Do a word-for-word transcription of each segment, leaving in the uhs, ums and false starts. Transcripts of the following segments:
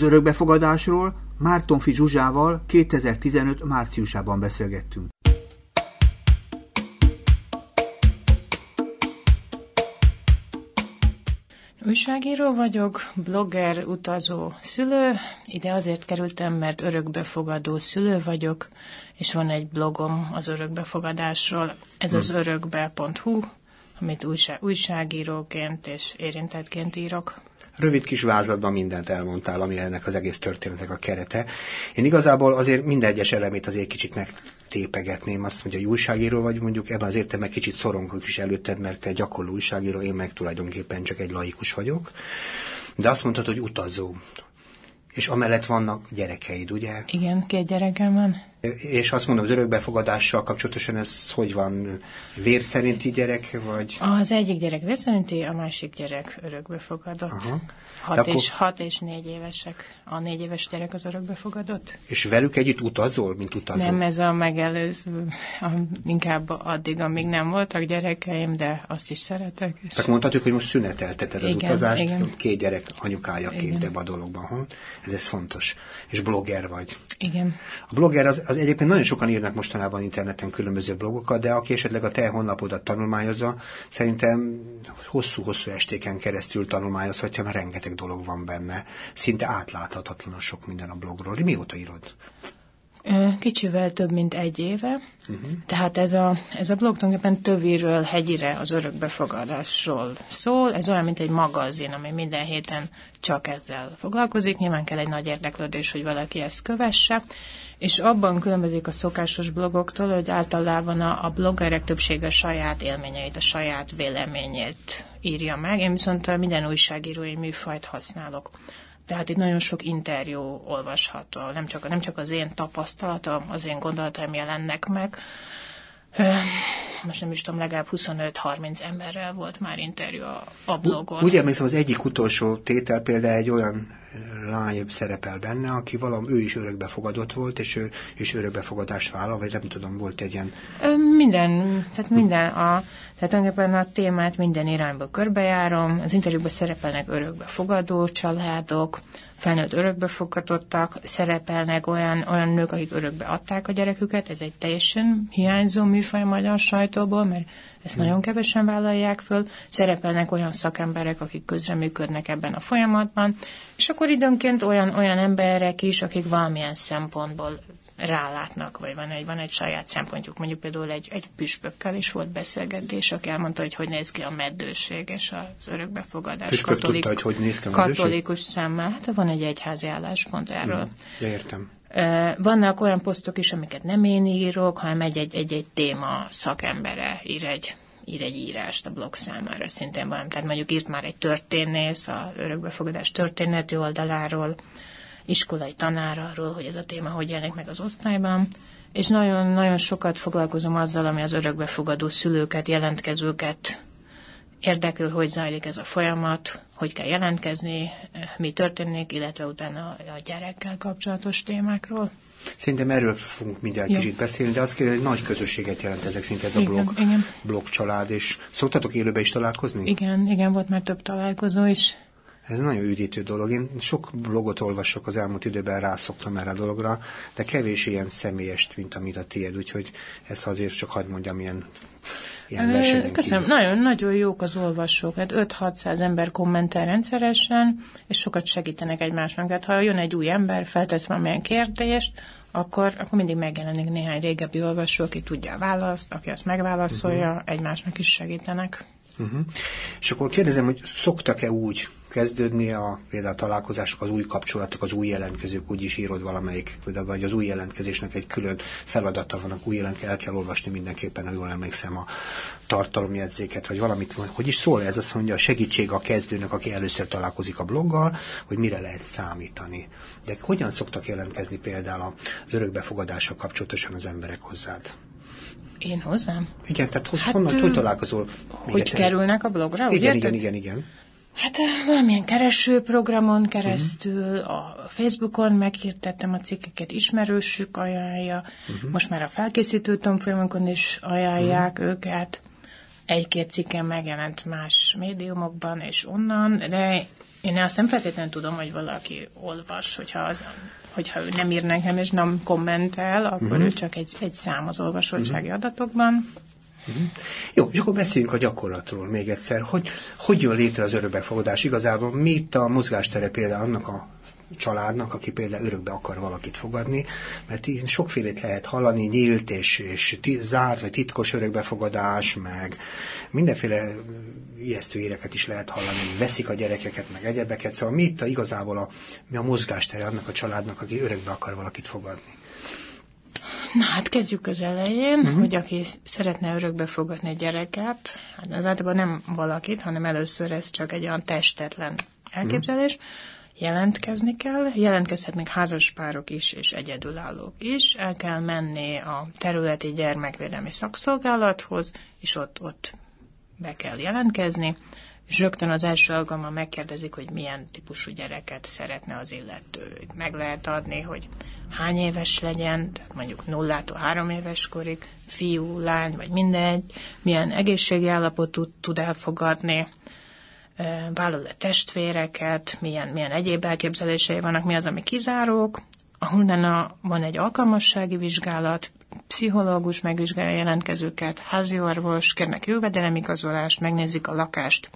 örökbefogadásról Mártonffy Zsuzsával kétezer-tizenöt márciusában beszélgettünk. Újságíró vagyok, blogger, utazó, szülő. Ide azért kerültem, mert örökbefogadó szülő vagyok, és van egy blogom az örökbefogadásról. Ez hmm. az örökbe pont hu, amit újság, újságíróként és érintettként írok. Rövid kis vázlatban mindent elmondtál, ami ennek az egész történetnek a kerete. Én igazából azért minden egyes elemét azért kicsit megtépegetném. Azt mondja, hogy újságíró vagy, mondjuk ebben az értelemben kicsit szorongok is előtted, mert te gyakorló újságíró, én meg tulajdonképpen csak egy laikus vagyok. De azt mondtad, hogy utazó. És amellett vannak gyerekeid, ugye? Igen, két gyerekem van. És azt mondom, az örökbefogadással kapcsolatosan ez hogy van? Vér szerinti gyerek, vagy? Az egyik gyerek vér szerinti, a másik gyerek örökbefogadott. Aha. Hat, akkor... és, hat és négy évesek. A négy éves gyerek az örökbefogadott. És velük együtt utazol, mint utazó? Nem, ez a megelőző, inkább addig, amíg nem voltak gyerekeim, de azt is szeretek. És... Tehát mondhatjuk, hogy most szünetelteted az igen, utazást, igen. Két gyerek anyukájaként ebben a dologban. Hm? Ez, ez fontos. És blogger vagy. Igen. A blogger az, az egyébként nagyon sokan írnak mostanában interneten különböző blogokat, de aki esetleg a te honlapodat tanulmányozza, szerintem hosszú-hosszú estéken keresztül tanulmányozhatja, mert rengeteg dolog van benne. Szinte átláthatatlan sok minden a blogról. Mióta írod? Kicsivel több, mint egy éve. Uh-huh. Tehát ez a, ez a blog tulajdonképpen töviről hegyire az örökbefogadásról szól. Ez olyan, mint egy magazin, ami minden héten csak ezzel foglalkozik. Nyilván kell egy nagy érdeklődés, hogy valaki ezt kövesse. És abban különbözik a szokásos blogoktól, hogy általában a, a bloggerek többsége a saját élményeit, a saját véleményét írja meg. Én viszont minden újságírói műfajt használok. Tehát itt nagyon sok interjú olvasható, nem csak, nem csak az én tapasztalatom, az én gondolataim jelennek meg. Most nem is tudom, legalább huszonöt-harminc emberrel volt már interjú a, a blogon. Úgy emlékszem, az egyik utolsó tétel például egy olyan lány szerepel benne, aki valami, ő is örökbefogadott volt, és ő és örökbefogadást vállal, vagy nem tudom, volt egy ilyen... Minden, tehát minden a... Tehát tulajdonképpen a témát minden irányba körbejárom. Az interjúban szerepelnek örökbefogadó családok, felnőtt örökbefogadottak, szerepelnek olyan, olyan nők, akik örökbe adták a gyereküket. Ez egy teljesen hiányzó műfaj a magyar sajtóból, mert ezt nagyon kevesen vállalják föl. Szerepelnek olyan szakemberek, akik közreműködnek ebben a folyamatban, és akkor időnként olyan, olyan emberek is, akik valamilyen szempontból rálátnak, vagy van egy, van egy saját szempontjuk, mondjuk például egy, egy püspökkel is volt beszélgetés, aki elmondta, hogy hogy néz ki a meddőség és az örökbefogadás. Püspök katolik, tudta, hogy hogy néz ki a meddőség? Katolikus szemmel. Hát van egy egyházi álláspont erről. Ja, értem. Vannak olyan posztok is, amiket nem én írok, hanem egy-egy, egy-egy téma szakembere ír egy, ír egy írást a blog számára, szintén van. Tehát mondjuk írt már egy történész az örökbefogadás történeti oldaláról, iskolai tanár arról, hogy ez a téma hogy jelenik meg az osztályban, és nagyon-nagyon sokat foglalkozom azzal, ami az örökbefogadó szülőket, jelentkezőket érdekel, hogy zajlik ez a folyamat, hogy kell jelentkezni, mi történik, illetve utána a gyerekkel kapcsolatos témákról. Szerintem erről fogunk mindjárt Jó. kicsit beszélni, de azt kérdezni, hogy nagy közösséget jelent ezek szinte ez a igen, blog, igen. blog család, és szoktatok élőben is találkozni? Igen, igen, volt már több találkozó is. Ez nagyon üdítő dolog. Én sok blogot olvasok az elmúlt időben, rászoktam erre a dologra, de kevés ilyen személyest, mint amit a tiéd, úgyhogy ezt azért csak hadd mondjam ilyen, ilyen versenyen. Köszönöm. Nagyon, nagyon jók az olvasók. Hát öt-hatszáz ember kommentel rendszeresen, és sokat segítenek egymásnak. Tehát ha jön egy új ember, feltesz valamilyen kérdést, akkor, akkor mindig megjelenik néhány régebbi olvasó, aki tudja a választ, aki azt megválaszolja, uh-huh. egymásnak is segítenek. Uh-huh. És akkor kérdezem, hogy szoktak-e úgy kezdődni a például a találkozások, az új kapcsolatok, az új jelentkezők, úgy is írod valamelyik, vagy az új jelentkezésnek egy külön feladata van, új jelentkezés, el kell olvasni mindenképpen, ha jól emlékszem, a tartalomjegyzéket, vagy valamit, hogy is szól ez, azt mondja, a segítség a kezdőnek, aki először találkozik a bloggal, hogy mire lehet számítani. De hogyan szoktak jelentkezni például az örökbefogadással kapcsolatosan az emberek hozzád? Én hozzám? Igen, tehát hogy, hát, honnan, hogy találkozol? Hogy egyszer? Kerülnek a blogra? Igen, igen, igen, igen. Hát valamilyen keresőprogramon keresztül, uh-huh. a Facebookon meghirdettem a cikkeket, ismerősük ajánlja, uh-huh. most már a felkészítő tanfolyamokon is ajánlják uh-huh. őket. egy-két cikken megjelent más médiumokban és onnan, de én azt nem feltétlenül tudom, hogy valaki olvas, hogyha, az, hogyha ő nem ír nekem és nem kommentel, akkor uh-huh. ő csak egy, egy szám az olvasottsági uh-huh. adatokban. Uh-huh. Jó, és akkor beszéljünk a gyakorlatról még egyszer. Hogy, hogy jön létre az örökbefogadás? Igazából mi itt a mozgástere például annak a családnak, aki például örökbe akar valakit fogadni, mert így sokfélét lehet hallani, nyílt és, és zárt, vagy titkos örökbefogadás, meg mindenféle ijesztő éreket is lehet hallani, hogy veszik a gyerekeket, meg egyebeket, szóval mi itt a, igazából a, mi a mozgástere annak a családnak, aki örökbe akar valakit fogadni? Na hát kezdjük az elején, uh-huh. hogy aki szeretne örökbe fogadni egy gyereket, hát az általában nem valakit, hanem először ez csak egy olyan testetlen elképzelés, uh-huh. jelentkezni kell, jelentkezhetnek házaspárok is, és egyedülállók is, el kell menni a területi gyermekvédelmi szakszolgálathoz, és ott, ott be kell jelentkezni, és rögtön az első alkalommal megkérdezik, hogy milyen típusú gyereket szeretne az illető. Meg lehet adni, hogy hány éves legyen, tehát mondjuk nullától három éves korig, fiú, lány, vagy mindegy, milyen egészségi állapotot tud elfogadni, vállal-e testvéreket, milyen, milyen egyéb elképzelései vannak, mi az, ami kizárók. Utána van egy alkalmassági vizsgálat, pszichológus megvizsgálja a jelentkezőket, háziorvos, kérnek jövedelemigazolást, megnézik a lakást,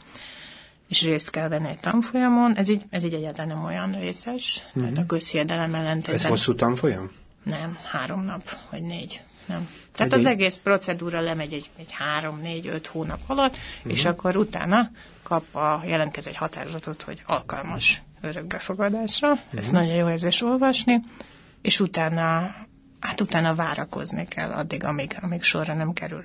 és részt kell venni egy tanfolyamon. Ez így, ez így egyáltalán nem olyan részes, mm-hmm. tehát a közhiedelem ellentétben. Ez hosszú tanfolyam? Nem, három nap, vagy négy. Nem. Tehát egy az egész procedúra lemegy egy, egy három, négy, öt hónap alatt, mm-hmm. és akkor utána kap a jelentkező egy határozatot, hogy alkalmas örökbefogadásra. Mm-hmm. Ez nagyon jó érzés olvasni, és utána, hát utána várakozni kell addig, amíg, amíg sorra nem kerül.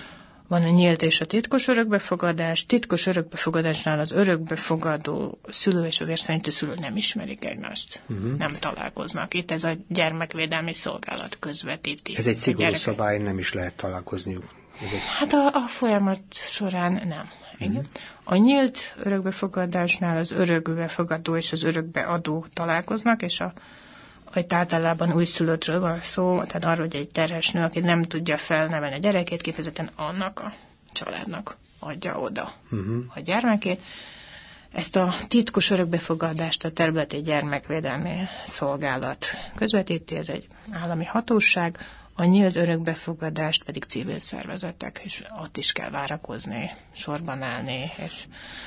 Van a nyílt és a titkos örökbefogadás. Titkos örökbefogadásnál az örökbefogadó szülő és a vérszerinti szülő nem ismerik egymást. Uh-huh. Nem találkoznak. Itt ez a gyermekvédelmi szolgálat közvetíti. Ez egy szigorú szabály, nem is lehet találkozniuk. Ez egy... Hát a, a folyamat során nem. Uh-huh. A nyílt örökbefogadásnál az örökbefogadó és az örökbeadó találkoznak, és a hogy általában újszülöttről van szó, tehát arról, hogy egy terhes nő, aki nem tudja felnevelni a gyerekét, kifejezetten annak a családnak adja oda uh-huh. a gyermekét. Ezt a titkos örökbefogadást a területi gyermekvédelmi szolgálat közvetíti, ez egy állami hatóság, a nyílt örökbefogadást pedig civil szervezetek, és ott is kell várakozni, sorban állni, és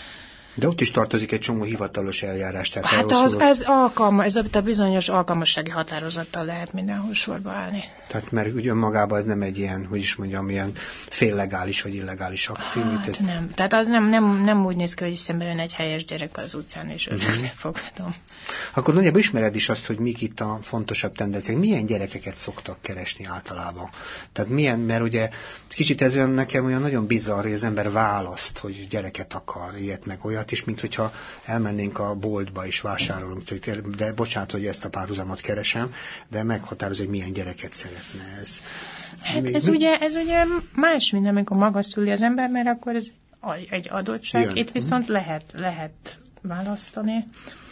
de ott is tartozik egy csomó hivatalos eljárás. Tehát hát az, ez, alkalma, ez a bizonyos alkalmassági határozattal lehet mindenhol sorba állni. Tehát mert ugye önmagában ez nem egy ilyen, hogy is mondjam, ilyen féllegális vagy illegális akció. Hát ez... nem. Tehát az nem, nem, nem úgy néz ki, hogy szemben jön egy helyes gyerek az utcán, és örökbe uh-huh. fogadom. Akkor nagyjából ismered is azt, hogy mik itt a fontosabb tendenciák. Milyen gyerekeket szoktak keresni általában? Tehát milyen, mert ugye kicsit ez olyan nekem olyan nagyon bizarr, hogy az ember választ, hogy gyereket akar, ilyet meg olyat is, mint hogyha elmennénk a boltba és vásárolunk, de bocsánat, hogy ezt a párhuzamot keresem, de meghatároz, hogy milyen gyereket szeretne ez. Hát ez, mi? ugye, ez ugye más, mint amikor maga szüli az ember, mert akkor ez egy adottság. Jön. Itt viszont lehet, lehet választani.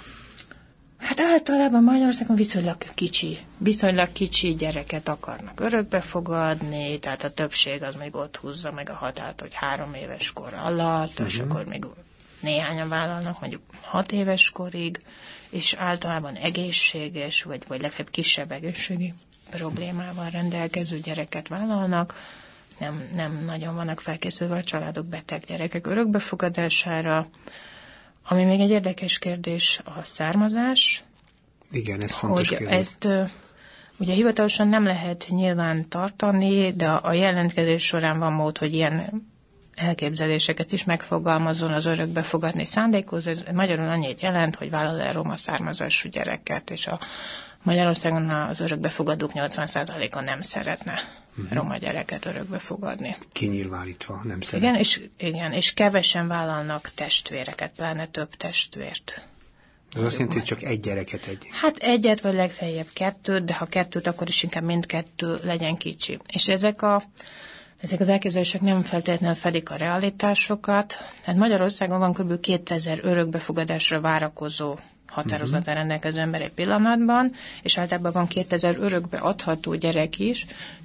Hát általában Magyarországon viszonylag kicsi, viszonylag kicsi gyereket akarnak örökbefogadni, tehát a többség az még ott húzza meg a határt, hogy három éves kor alatt, uh-huh. és akkor még néhányan vállalnak mondjuk hat éves korig, és általában egészséges, vagy, vagy legfeljebb kisebb egészségi problémával rendelkező gyereket vállalnak. Nem, nem nagyon vannak felkészülve a családok beteg gyerekek örökbefogadására. Ami még egy érdekes kérdés, a származás. Igen, ez fontos hogy kérdés. Ezt ugye hivatalosan nem lehet nyilván tartani, de a jelentkezés során van mód, hogy ilyen elképzeléseket is megfogalmazzon az örökbefogadni szándékhoz. Ez magyarul annyit jelent, hogy vállal el roma származású gyereket, és a Magyarországon az örökbefogadók nyolcvan százaléka nem szeretne uh-huh. roma gyereket örökbefogadni. Kinyilvánítva nem szeretne. Igen, és, igen, és kevesen vállalnak testvéreket, pláne több testvért. Ez azt jelenti, hogy csak egy gyereket egy. Hát egyet, vagy legfeljebb kettőt, de ha kettőt, akkor is inkább mindkettő legyen kicsi. És ezek a Ezek az elképzelések nem feltétlenül fedik a realitásokat. Tehát Magyarországon van kb. kétezer örökbefogadásra várakozó határozattal rendelkező ember egy pillanatban, és általában van kétezer örökbe adható gyerek is, csak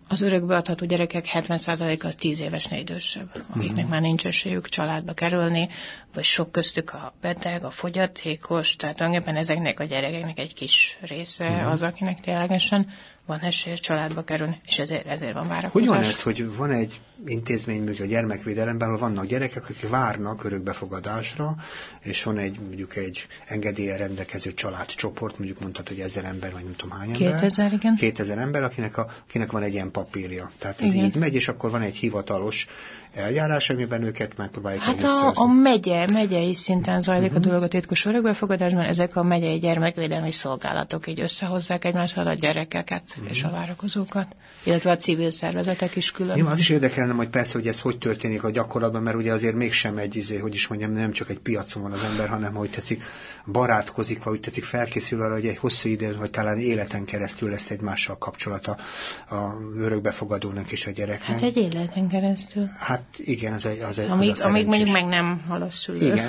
Az örökbeadható gyerekek hetven százaléka tíz évesnél idősebb, akiknek uh-huh. már nincs esélyük családba kerülni, vagy sok köztük a beteg, a fogyatékos, tehát tulajdonképpen ezeknek a gyerekeknek egy kis része uh-huh. az, akinek ténylegesen van esély családba kerülni, és ezért, ezért van várakozás. Hogy van ez, hogy van egy intézmény, mondjuk a gyermekvédelemben, ahol vannak gyerekek, akik várnak örökbefogadásra, és van egy, mondjuk egy engedéllyel rendelkező családcsoport, mondjuk mondtad, hogy ezer ember, vagy nem tudom hány ember. kétezer, igen. kétezer ember, akinek, a, akinek van egy ilyen papírja. Tehát ez igen. így megy, és akkor van egy hivatalos eljárás, amiben őket megpróbálják Hát a, a megye, megyei szinten zajlik uh-huh. a dolog a titkos örökbefogadásban, ezek a megyei gyermekvédelmi szolgálatok így összehozzák egymással a gyerekeket uh-huh. és a várakozókat, illetve a civil szervezetek is külön. Jó, az is érdekelne, hogy persze, hogy ez hogy történik a gyakorlatban, mert ugye azért mégsem egy, izé, hogy is mondjam, nem csak egy piacon van az ember, hanem hogy tetszik, barátkozik, vagy úgy tetszik, felkészül arra, hogy egy hosszú idő, vagy talán életen keresztül lesz egymással kapcsolata a örökbefogadónak és a gyereknek. Hát egy életen keresztül. Hát igen, az egy, az egy amíg, az a amíg mondjuk meg nem hal a szülő. Igen,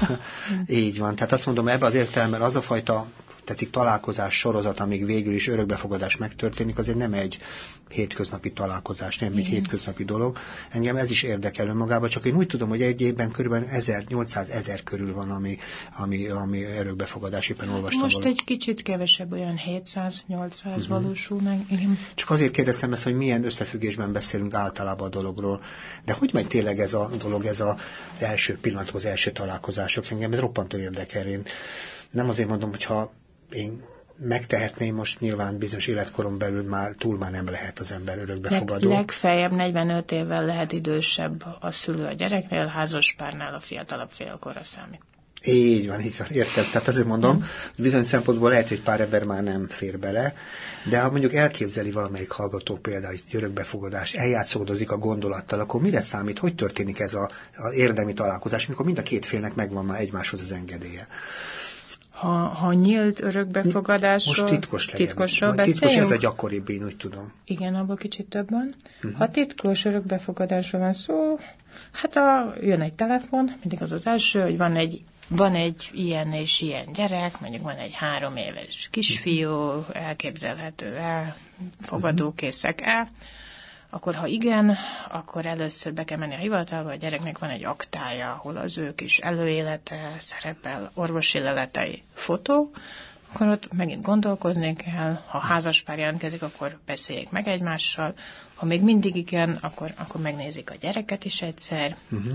így van. Tehát azt mondom, ebben az értelemben az a fajta tetszik találkozás sorozat, amíg végül is örökbefogadás megtörténik, azért nem egy hétköznapi találkozás, nem egy hétköznapi dolog. Engem ez is érdekel önmagában, csak én úgy tudom, hogy egy évben körülbelül ezernyolcszáz-ezer körül van, ami, ami, ami örökbefogadás, éppen olvastam. Most valami. egy kicsit kevesebb, olyan hétszáz-nyolcszáz uh-huh. valósul meg. Igen. Csak azért kérdeztem ezt, hogy milyen összefüggésben beszélünk általában a dologról. De hogy megy tényleg ez a dolog, ez a, az első pillanatok, az első találkozások? Engem ez roppantól érdekel. Én nem azért mondom, hogyha én megtehetném, most nyilván bizonyos életkoron belül már túl már nem lehet az ember örökbefogadó. Leg, legfeljebb negyvenöt évvel lehet idősebb a szülő a gyereknél, házaspárnál a fiatalabb félkorra számít. Így van, így van, értem. Tehát azért mondom, hogy bizony szempontból lehet, hogy pár ember már nem fér bele, de ha mondjuk elképzeli valamelyik hallgató például egy örökbefogadás, eljátszódozik a gondolattal, akkor mire számít, hogy történik ez a, a érdemi találkozás, mikor mind a két félnek megvan már egymáshoz az engedélye? Ha, ha nyílt örökbefogadásról, most titkos legyen. titkosról beszéljünk. Titkos ez a gyakoribb, én úgy tudom. Igen, abban kicsit több van. Uh-huh. Ha titkos örökbefogadásról van szó, hát a, jön egy telefon, mindig az az első, hogy van egy, van egy ilyen és ilyen gyerek, mondjuk van egy három éves kisfiú, elképzelhető el, fogadókészek el, akkor ha igen, akkor először be kell menni a hivatalba, a gyereknek van egy aktája, ahol az ő kis előélete szerepel, orvosi leletei, fotó, akkor ott megint gondolkozni kell, ha házaspár jelentkezik, akkor beszéljék meg egymással, ha még mindig igen, akkor, akkor megnézik a gyereket is egyszer, uh-huh.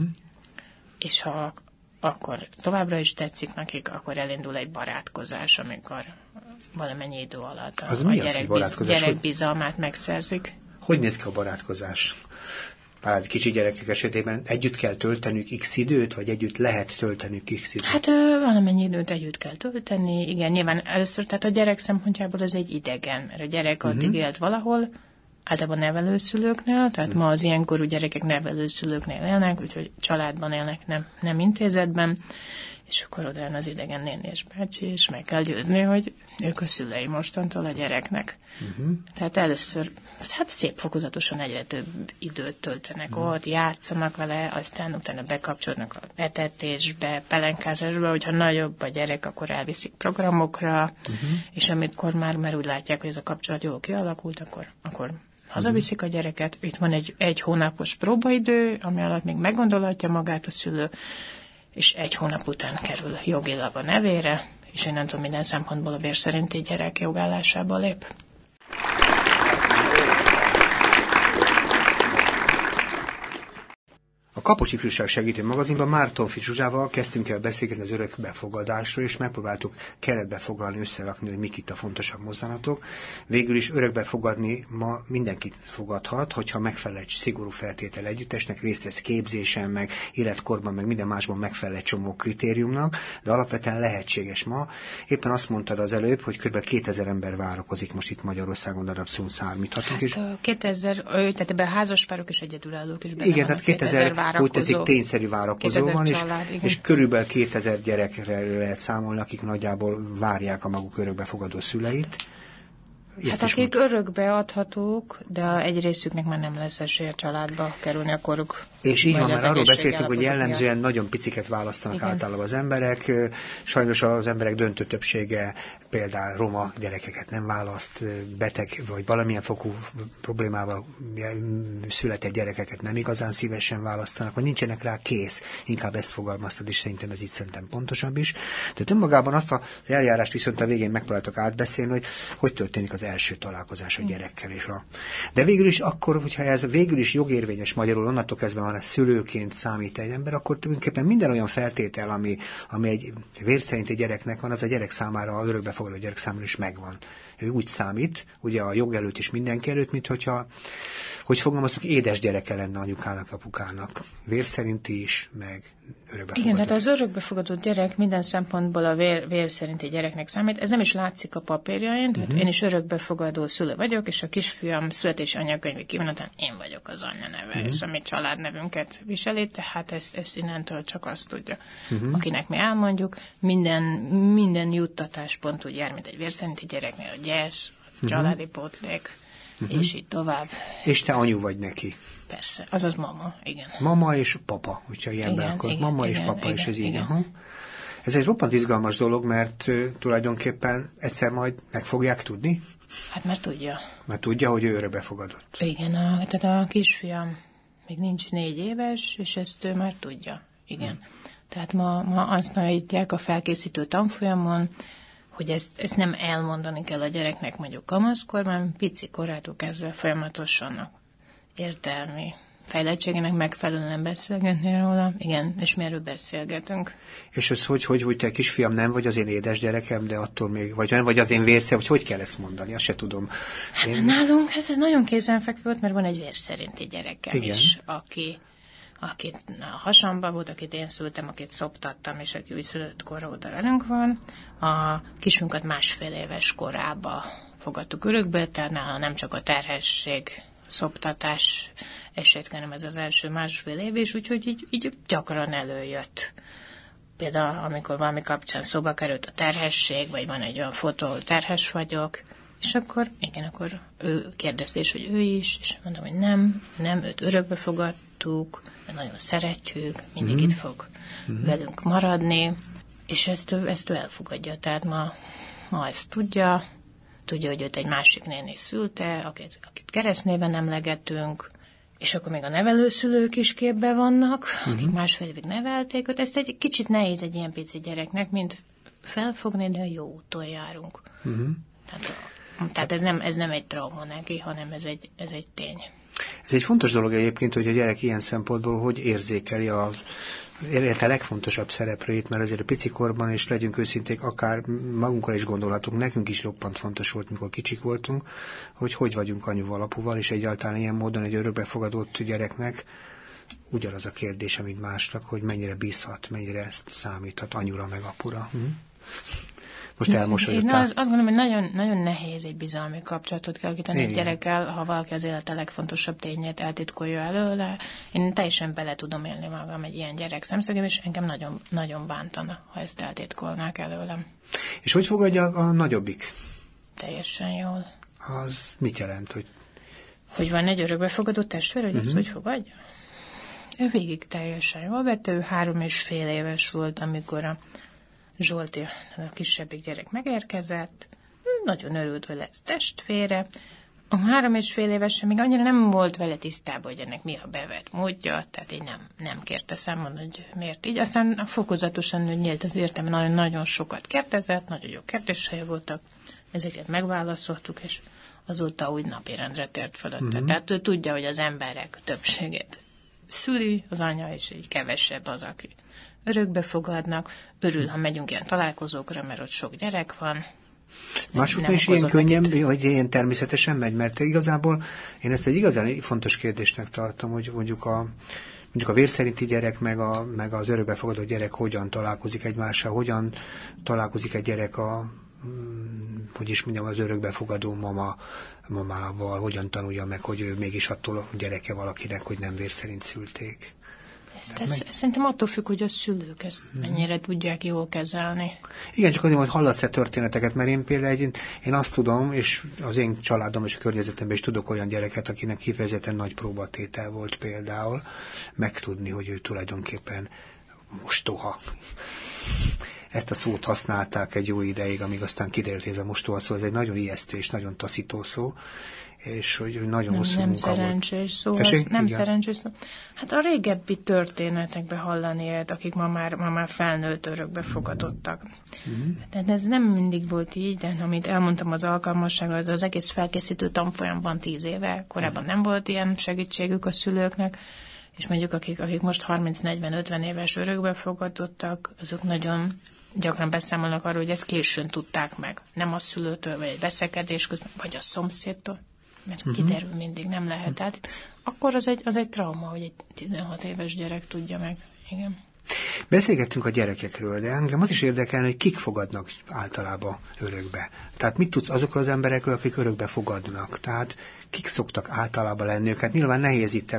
és ha akkor továbbra is tetszik nekik, akkor elindul egy barátkozás, amikor valamennyi idő alatt a, a gyerek, biz, gyerek bizalmát megszerzik. Hogy néz ki a barátkozás? Pár kicsi gyerekek esetében együtt kell töltenünk x időt, vagy együtt lehet töltenünk x időt? Hát ö, valamennyi időt együtt kell tölteni. Igen, nyilván először, tehát a gyerek szempontjából ez egy idegen, mert a gyerek uh-huh. addig élt valahol, általában nevelőszülőknél, tehát uh-huh. ma az ilyenkorú gyerekek nevelőszülőknél élnek, úgyhogy családban élnek, nem, nem intézetben, és akkor oda jön az idegen néni és bácsi, és meg kell győzni, hogy ők a szülei mostantól a gyereknek. Uh-huh. Tehát először, hát szép fokozatosan egyre több időt töltenek uh-huh. ott, játszanak vele, aztán utána bekapcsolnak a etetésbe, pelenkázásba, hogyha nagyobb a gyerek, akkor elviszik programokra, uh-huh. és amikor már, már úgy látják, hogy ez a kapcsolat jól kialakult, akkor, akkor hazaviszik a gyereket. Itt van egy egy hónapos próbaidő, ami alatt még meggondolhatja magát a szülő, és egy hónap után kerül jogilag a nevére, és én nem tudom, minden szempontból a vér szerinti gyerek jogállásába lép. A Kapos Ifjúság Segítő magazinban Mártonffy Zsuzsával kezdtünk el beszélgetni az örökbefogadásról, és megpróbáltuk keretbe foglalni, összerakni, hogy mik itt a fontosabb mozzanatok. Végül is örökbefogadni ma mindenkit fogadhat, hogyha megfelel egy szigorú feltétel együttesnek, részt vesz képzésen, meg életkorban, meg minden másban megfelel egy csomó kritériumnak, de alapvetően lehetséges ma. Éppen azt mondtad az előbb, hogy kb. kétezer ember várakozik most itt Magyarországon, de abszolút számíthatunk. Hát, és... kétezer, tehát ebben házaspárok és egyedülállók is benne. Igen, tehát kétezer úgy teszik, tényszerű várakozó van, és, és körülbelül kétezer gyerekre lehet számolni, akik nagyjából várják a maguk örökbefogadó szüleit. Ezt hát akik örökbeadhatók, de egy részüknek már nem lesz esélye családba kerülni a koruk És így van, mert arról beszéltünk, hogy jellemzően miatt. Nagyon piciket választanak igen. általában az emberek. Sajnos az emberek döntő többsége például roma gyerekeket nem választ, beteg vagy valamilyen fokú problémával született gyerekeket nem igazán szívesen választanak, vagy nincsenek rá kész. Inkább ezt fogalmaztad, és szerintem ez így szerintem pontosabb is. Tehát önmagában azt az eljárást viszont a végén megpróbáltak átbeszélni, hogy hogy történik az első találkozás a gyerekkel. És a... De végül is akkor, hogyha ez végül is jogérvényes magyarul, onnantól kezdve van, szülőként számít egy ember, akkor tulajdonképpen minden olyan feltétel, ami, ami egy vérszerinti gyereknek van, az a gyerek számára, az örökbefogadó gyerek számára is megvan. Ő úgy számít, ugye a jog előtt is mindenki előtt, mint hogyha, hogy fogalmaztuk, édes gyereke lenne anyukának, apukának. Vérszerinti is, meg örökbefogadó. Igen, tehát az örökbefogadó gyerek minden szempontból a vér, vérszerinti gyereknek számít. Ez nem is látszik a papírjain, tehát uh-huh. én is örökbefogadó szülő vagyok, és a kisfiam születési anyakönyvi kivonatán én vagyok az anya neve, uh-huh. és a mi családnevünket viseli, tehát ezt, ezt innentől csak azt tudja, uh-huh. akinek mi elmondjuk. Minden, minden juttatáspont úgy jár, mint egy vérszerinti gyereknél, a gyes, a uh-huh. családi pótlék, uh-huh. és így tovább. És te anyu vagy neki. Persze, azaz mama, igen. Mama és papa, hogyha ilyenben, igen, akkor igen, mama igen, és papa, igen, és ez így. Aha. Ez egy roppant izgalmas dolog, mert uh, tulajdonképpen egyszer majd meg fogják tudni? Hát már tudja. Mert tudja, hogy ő örökbefogadott. Igen, a, tehát a kisfiam még nincs négy éves, és ezt ő már tudja. Igen. Hmm. Tehát ma, ma azt tanítják a felkészítő tanfolyamon, hogy ezt, ezt nem elmondani kell a gyereknek mondjuk kamaszkorban, pici korától kezdve folyamatosan értelmi fejlettségének megfelelően beszélgetni róla. Igen, és mi erről beszélgetünk. És ez hogy, hogy, hogy te kisfiam nem vagy az én édes gyerekem, de attól még, vagy nem vagy az én vérszerinti, vagy hogy kell ezt mondani, azt se tudom. Én... Hát nálunk ez nagyon kézenfekvő volt, mert van egy vérszerinti gyerekem igen. is, aki, akit a hasamba volt, akit én szültem, akit szoptattam, és aki újszülött korra óta velünk van. A kisünket másfél éves korába fogadtuk örökbe, tehát nála nem csak a terhesség, szoptatás eset, hanem ez az első másfél év, és úgyhogy így, így gyakran előjött. Például, amikor valami kapcsán szóba került a terhesség, vagy van egy olyan fotó, ahol terhes vagyok, és akkor, igen, akkor ő kérdezte, hogy ő is, és mondtam, hogy nem, nem, őt örökbe fogadtuk, nagyon szeretjük, mindig mm-hmm. itt fog mm-hmm. velünk maradni, és ezt ő, ezt ő elfogadja, tehát ma, ma ezt tudja, tudja, hogy őt egy másik néni szülte, akit, akit keresztnéven emlegetünk, és akkor még a nevelőszülők is képbe vannak, uh-huh. akik másfél évig nevelték őt. Ezt egy kicsit nehéz egy ilyen pici gyereknek, mint felfogni, de jó úton járunk. Uh-huh. Tehát, tehát ez, nem, ez nem egy trauma neki, hanem ez egy, ez egy tény. Ez egy fontos dolog egyébként, hogy a gyerek ilyen szempontból hogy érzékeli a élete legfontosabb szereplőit, mert azért a picikorban, és legyünk őszinték, akár magunkra is gondolhatunk, nekünk is roppant fontos volt, mikor kicsik voltunk, hogy hogy vagyunk anyuval, apuval, és egyáltalán ilyen módon egy örökbefogadott gyereknek ugyanaz a kérdés, mint másnak, hogy mennyire bízhat, mennyire ezt számíthat anyura meg apura. Hm? Most elmosolyodtál. Én azt gondolom, hogy nagyon, nagyon nehéz egy bizalmi kapcsolatot kialakítani egy gyerekkel, ha valaki az élete legfontosabb tényét eltitkolja előle. Én teljesen bele tudom élni magam egy ilyen gyerek szemszögében, és engem nagyon, nagyon bántana, ha ezt eltitkolnák előlem. És hogy fogadja a nagyobbik? Teljesen jól. Az mit jelent, hogy... Hogy van egy örökbefogadott testvér, hogy uh-huh. ezt hogy fogadja? Ő végig teljesen jól vette, ő három és fél éves volt, amikor a Zsolti, a kisebbik gyerek megérkezett, ő nagyon örült, hogy lesz testvére. A három és fél évesen még annyira nem volt vele tisztában, hogy ennek mi a bevett módja, tehát így nem, nem kérte számon, hogy miért így. Aztán fokozatosan nyílt az értelme, nagyon-nagyon sokat kérdezett, nagyon jó kérdései voltak, ezeket megválaszoltuk, és azóta úgy napirendre tért fölötte. Mm-hmm. Tehát ő tudja, hogy az emberek többségét szüli, az anya, és így kevesebb az, aki örökbe fogadnak, örül, ha megyünk ilyen találkozókra, mert ott sok gyerek van. Másoknak is ilyen könnyen, vagy ilyen természetesen megy, mert igazából én ezt egy igazán fontos kérdésnek tartom, hogy mondjuk a, mondjuk a vérszerinti gyerek, meg, a, meg az örökbefogadó gyerek hogyan találkozik egymással, hogyan találkozik egy gyerek a, hogy is mondjam, az örökbefogadó mama, mamával, hogyan tanulja meg, hogy ő mégis attól a gyereke valakinek, hogy nem vér szerint szülték. Ez, ez, ez szerintem attól függ, hogy a szülők ezt hmm. mennyire tudják jól kezelni. Igen, csak azért, hogy hallasz-e történeteket, mert én például én, én azt tudom, és az én családom és a környezetemben is tudok olyan gyereket, akinek kifejezetten nagy próbatétel volt például, megtudni, hogy ő tulajdonképpen mostoha. Ezt a szót használták egy jó ideig, amíg aztán kiderült, hogy ez a mostoha szó, ez egy nagyon ijesztő és nagyon taszító szó, és hogy nagyon nem, hosszú nem munka szerencsés szó, volt. az, nem Igen. szerencsés szó. Hát a régebbi történetekbe hallani ilyet, akik ma már, ma már felnőtt örökbe fogadottak. Uh-huh. Tehát ez nem mindig volt így, de amit elmondtam az alkalmasságról, az, az egész felkészítő tanfolyam van tíz éve, korábban uh-huh. nem volt ilyen segítségük a szülőknek, és mondjuk akik, akik most harminc-negyven-ötven éves örökbe fogadottak, azok nagyon gyakran beszámolnak arról, hogy ezt későn tudták meg. Nem a szülőtől, vagy egy veszekedés közben, vagy a szomszédtól, mert uh-huh. kiderül mindig, nem lehet. Tehát akkor az egy, az egy trauma, hogy egy tizenhat éves gyerek tudja meg. Igen. Beszélgettünk a gyerekekről, de engem az is érdekel, hogy kik fogadnak általában örökbe. Tehát mit tudsz azokról az emberekről, akik örökbe fogadnak? Tehát kik szoktak általában lenni őket? Nyilván nehéz itt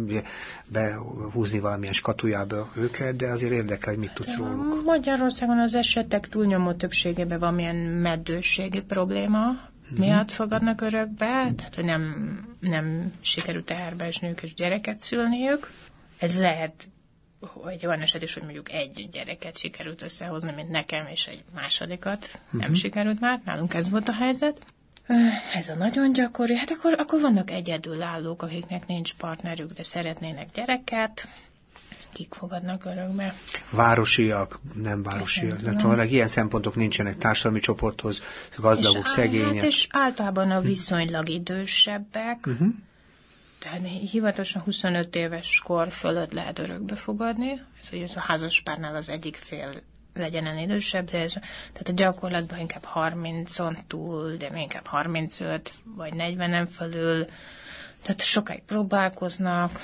behúzni valamilyen skatujába őket, de azért érdekel, hogy mit tudsz róluk. Magyarországon az esetek túlnyomó többségében valamilyen meddőségi probléma uh-huh. miatt fogadnak örökbe, tehát hogy nem, nem sikerült teherbe esniük és gyereket szülniük. Ez lehet egy olyan eset is, hogy mondjuk egy gyereket sikerült összehozni, mint nekem, és egy másodikat uh-huh. nem sikerült már. Nálunk ez volt a helyzet. Ez a nagyon gyakori. Hát akkor, akkor vannak egyedülállók, akiknek nincs partnerük, de szeretnének gyereket. Kik fogadnak örökbe? Városiak, nem városiak. Nem vannak ilyen szempontok nincsenek társadalmi csoporthoz, gazdagok, és szegények. Hát és általában a viszonylag idősebbek, uh-huh. tehát hivatalosan huszonöt éves kor fölött lehet örökbe fogadni. Ez, hogy ez a házaspárnál az egyik fél legyen ennél idősebb, de ez, tehát a gyakorlatban inkább harmincon túl, de még inkább harmincöt vagy negyvenen felül, tehát sokáig próbálkoznak,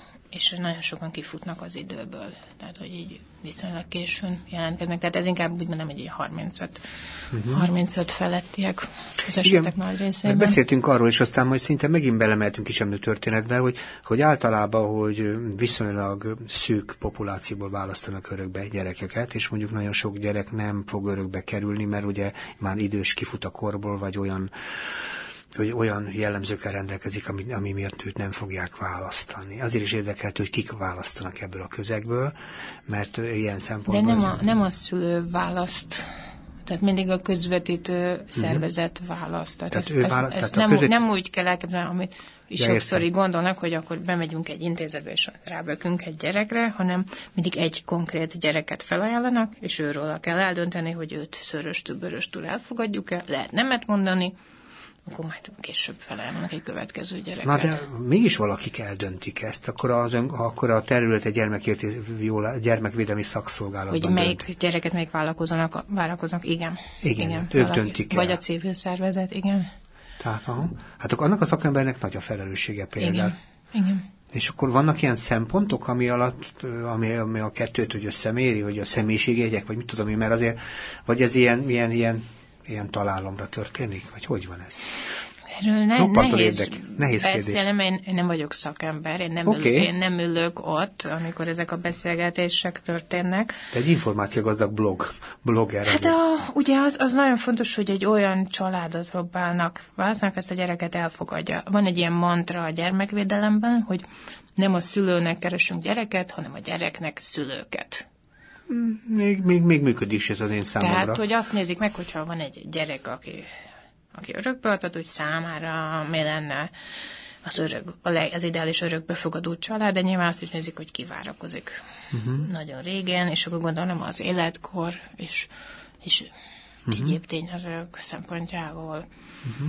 és nagyon sokan kifutnak az időből. Tehát, hogy így viszonylag későn jelentkeznek. Tehát ez inkább úgy mondom, hogy így harmincöt, uh-huh. harmincöt felettiek az esetek nagy részében. Beszéltünk arról, és aztán majd szinte megint belemeltünk is emlő történetbe, hogy, hogy általában, hogy viszonylag szűk populációból választanak örökbe gyerekeket, és mondjuk nagyon sok gyerek nem fog örökbe kerülni, mert ugye már idős kifut a korból, vagy olyan hogy olyan jellemzőkkel rendelkezik, ami, ami miatt őt nem fogják választani. Azért is érdekelt, hogy kik választanak ebből a közegből, mert ilyen szempontból... De nem a, nem a szülő választ, tehát mindig a közvetítő szervezet uh-huh. választ. Tehát, tehát, ezt, vála- ezt tehát nem, közvet... nem úgy kell elképzelni, amit ja, sokszor így gondolnak, hogy akkor bemegyünk egy intézetbe, és rábökünk egy gyerekre, hanem mindig egy konkrét gyereket felajánlanak, és őről kell eldönteni, hogy őt szöröstől, bőröstől elfogadjuk-e, lehet nemet mondani, akkor majd később felelnek egy következő gyereket. Na de mégis valakik eldöntik ezt, akkor, az ön, akkor a terület gyermekvédelmi szakszolgálatban hogy melyik dönt. gyereket melyik vállalkoznak, vállalkoznak, igen. Igen, igen ők valaki, döntik el. Vagy a civil szervezet, igen. Tehát, aha. Hát akkor annak a szakembernek nagy a felelőssége például. Igen, igen. És akkor vannak ilyen szempontok, ami alatt, ami, ami a kettőt hogy összeméri, hogy a személyiségjegyek, vagy mit tudom én, mert azért, vagy ez ilyen, ilyen, ilyen ilyen találomra történik? Vagy hogy van ez? Erről ne, nehéz, nehéz beszélnem, én, én nem vagyok szakember, én nem, okay. ülök, én nem ülök ott, amikor ezek a beszélgetések történnek. De egy információgazdag blog, blogger. Hát a, ugye az, az nagyon fontos, hogy egy olyan családot próbálnak választanak, ezt a gyereket elfogadja. Van egy ilyen mantra a gyermekvédelemben, hogy nem a szülőnek keresünk gyereket, hanem a gyereknek szülőket. Még, még, még működik is ez az én számomra. Tehát, hogy azt nézik meg, hogyha van egy gyerek, aki, aki örökbeadhat, hogy számára mi lenne az, örök, az ideális örökbefogadó család, de nyilván azt is nézik, hogy ki várakozik uh-huh. nagyon régen, és akkor gondolom az életkor, és, és uh-huh. egyéb tényezők szempontjából. Uh-huh.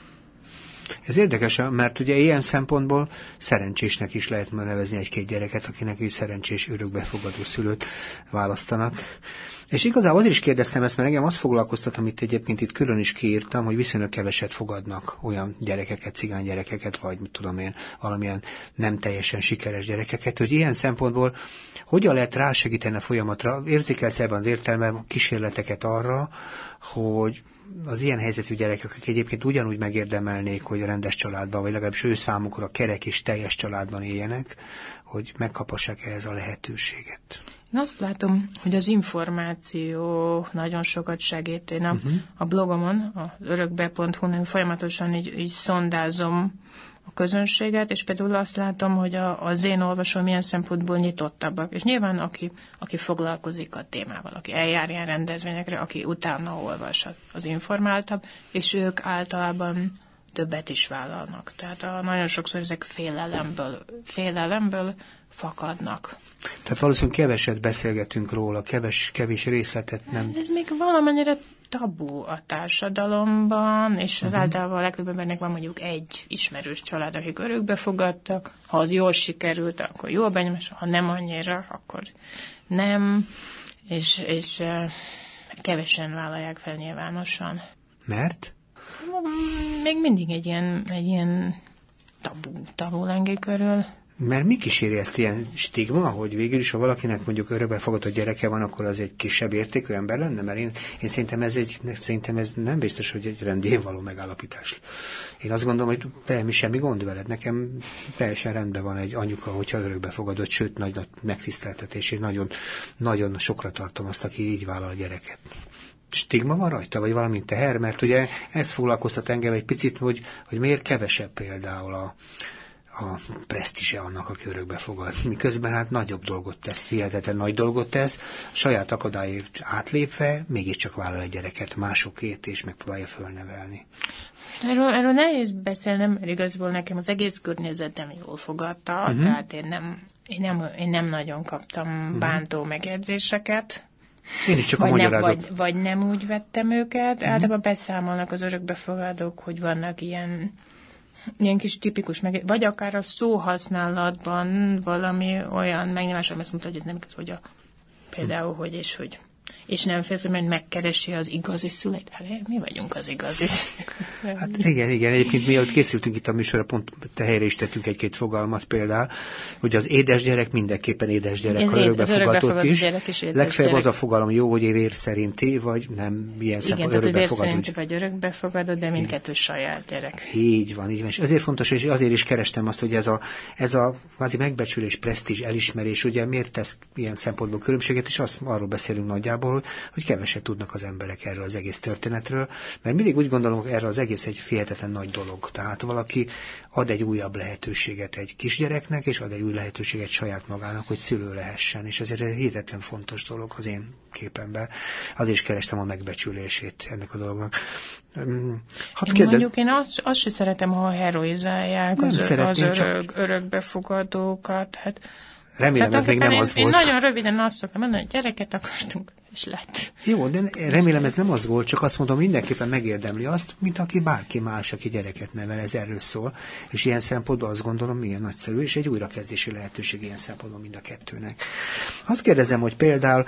Ez érdekes, mert ugye ilyen szempontból szerencsésnek is lehet nevezni egy-két gyereket, akinek is szerencsés örökbefogadó szülőt választanak. És igazából azért is kérdeztem ezt, mert engem azt foglalkoztat, amit egyébként itt külön is kiírtam, hogy viszonylag keveset fogadnak olyan gyerekeket, cigány gyerekeket, vagy mit tudom én, valamilyen nem teljesen sikeres gyerekeket, hogy ilyen szempontból hogyan lehet rásegíteni a folyamatra, érzékelsz ebben az értelemben kísérleteket arra, hogy az ilyen helyzetű gyerekek, akik egyébként ugyanúgy megérdemelnék, hogy rendes családban, vagy legalábbis ő számukra kerek és teljes családban éljenek, hogy megkaphassák ehhez a lehetőséget. Én azt látom, hogy az információ nagyon sokat segít. Én a, uh-huh. a blogomon, a örökbe pont hu-n folyamatosan így, így szondázom a közönséget, és például azt látom, hogy a, az én olvasóm milyen szempontból nyitottabbak. És nyilván aki, aki foglalkozik a témával, aki eljár ilyen rendezvényekre, aki utána olvas, az informáltabb, és ők általában többet is vállalnak. Tehát a, nagyon sokszor ezek félelemből, félelemből fakadnak. Tehát valószínűleg keveset beszélgetünk róla, keves, kevés részletet nem... Ez még valamennyire tabu a társadalomban, és az uh-huh. általában a legtöbb embernek van mondjuk egy ismerős család, akik örökbe fogadtak. Ha az jól sikerült, akkor jól benyomás, ha nem annyira, akkor nem, és, és kevesen vállalják fel nyilvánosan. Mert? Még mindig egy ilyen, egy ilyen tabu, tabu lengé körül. Mert mi kíséri ezt ilyen stigma, hogy végül is, ha valakinek mondjuk örökbefogadott gyereke van, akkor az egy kisebb értékű ember lenne? Mert én, én szerintem, ez egy, szerintem ez nem biztos, hogy egy rendjén való megállapítás. Én azt gondolom, hogy te, mi semmi gond veled. Nekem teljesen rendben van egy anyuka, hogyha örökbefogadott, sőt, nagy, nagy megtiszteltetés. Én nagyon, nagyon sokra tartom azt, aki így vállal a gyereket. Stigma van rajta, vagy valamint teher? Mert ugye ez foglalkoztat engem egy picit, hogy, hogy miért kevesebb például a a presztízse annak, aki örökbe fogad. Miközben hát nagyobb dolgot tesz, hihetetlen nagy dolgot tesz, saját akadályait átlépve mégiscsak vállal egy gyereket másokét, és megpróbálja fölnevelni. Erről, erről nehéz beszélnem, mert igazából nekem az egész környezetem jól fogadta, uh-huh. tehát én nem, én, nem, én nem nagyon kaptam uh-huh. bántó megjegyzéseket. Én is csak vagy a nem, magyarázat. vagy, vagy nem úgy vettem őket. Uh-huh. Általában beszámolnak az örökbefogadók, hogy vannak ilyen ilyen kis tipikus, meg, vagy akár a szóhasználatban valami olyan megnyilvánulás, azt mondta, hogy ez nem igaz, hogy a, például, hogy és hogy és nem félsz, hogy megkeresi az igazi szüleit. Hát mi vagyunk az igazi. Hát igen, igen. Egyébként mielőtt készültünk itt a műsorra, pont te helyre is tettünk egy-két fogalmat például, hogy az édes gyerek mindenképpen édes gyerek, ha örökbefogadott is. is Legfeljebb az a fogalom jó, hogy vér szerinti, vagy nem ilyen szempont örökbefogadott. Igen, tehát vagy örökbefogadott, de mindkettő saját gyerek. Így van, így van. És azért fontos, és azért is kerestem azt, hogy ez a, ez a kvázi megbecsülés, presztízs, elismerés, ugye miért tesz ilyen szempontból különbséget, és azt arról beszélünk nagyjából, hogy keveset tudnak az emberek erről az egész történetről, mert mindig úgy gondolom, hogy erről az egész egy hihetetlen nagy dolog. Tehát valaki ad egy újabb lehetőséget egy kisgyereknek, és ad egy új lehetőséget saját magának, hogy szülő lehessen, és ezért egy hihetetlen fontos dolog az én képemben. Azért is kerestem a megbecsülését ennek a dolognak. Hát én kérdez... Mondjuk én azt, azt sem szeretem, ha heroizálják nem az, az örök, csak... örökbefogadókat. Hát, remélem, ez még nem én, az én volt. Én nagyon röviden azt szoktam mondani, hogy gyereket akartunk, és lett. Jó, de remélem ez nem az volt, csak azt mondom, mindenképpen megérdemli azt, mint aki bárki más, aki gyereket nevel, ez erről szól. És ilyen szempontból azt gondolom, milyen nagyszerű, és egy újrakezdési lehetőség ilyen szempontból mind a kettőnek. Azt kérdezem, hogy például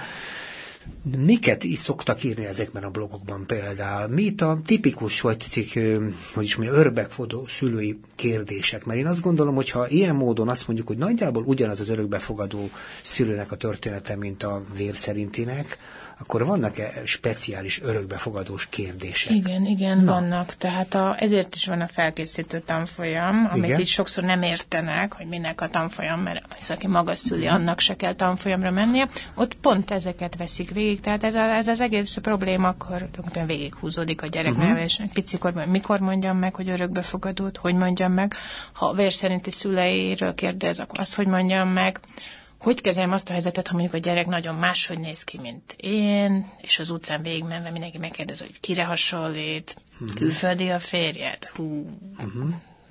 miket is szoktak írni ezekben a blogokban például? Mit a tipikus, vagy tetszik, hogy is mondja, örökbefogadó szülői kérdések? Mert én azt gondolom, hogy ha ilyen módon azt mondjuk, hogy nagyjából ugyanaz az örökbefogadó szülőnek a története, mint a vér szerintinek, akkor vannak-e speciális örökbefogadós kérdések? Igen, igen, Na. vannak. Tehát a, ezért is van a felkészítő tanfolyam, amit igen? is sokszor nem értenek, hogy minek a tanfolyam, mert az, aki maga szüli, annak se kell tanfolyamra mennie. Ott pont ezeket veszik végig. Tehát ez, a, ez az egész probléma, akkor végighúzódik a gyereknevelés. Uh-huh. Picikor, mikor mondjam meg, hogy örökbefogadót, hogy mondjam meg. Ha a vér szerinti szüleiről kérdez, akkor azt, hogy mondjam meg. Hogy kezeljem azt a helyzetet, ha mondjuk a gyerek nagyon máshogy néz ki, mint én, és az utcán végigmenve mindenki megkérdez, hogy kire hasonlít, uh-huh. külföldi a férjed, hú, uh-huh.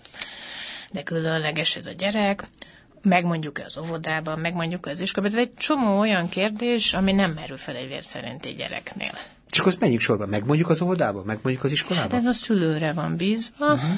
de különleges ez a gyerek, megmondjuk-e az óvodában, megmondjuk-e az iskolában, de egy csomó olyan kérdés, ami nem merül fel egy vér szerinti gyereknél. Csak azt menjünk sorba, megmondjuk az óvodában, megmondjuk az iskolában? Hát ez a szülőre van bízva. Uh-huh.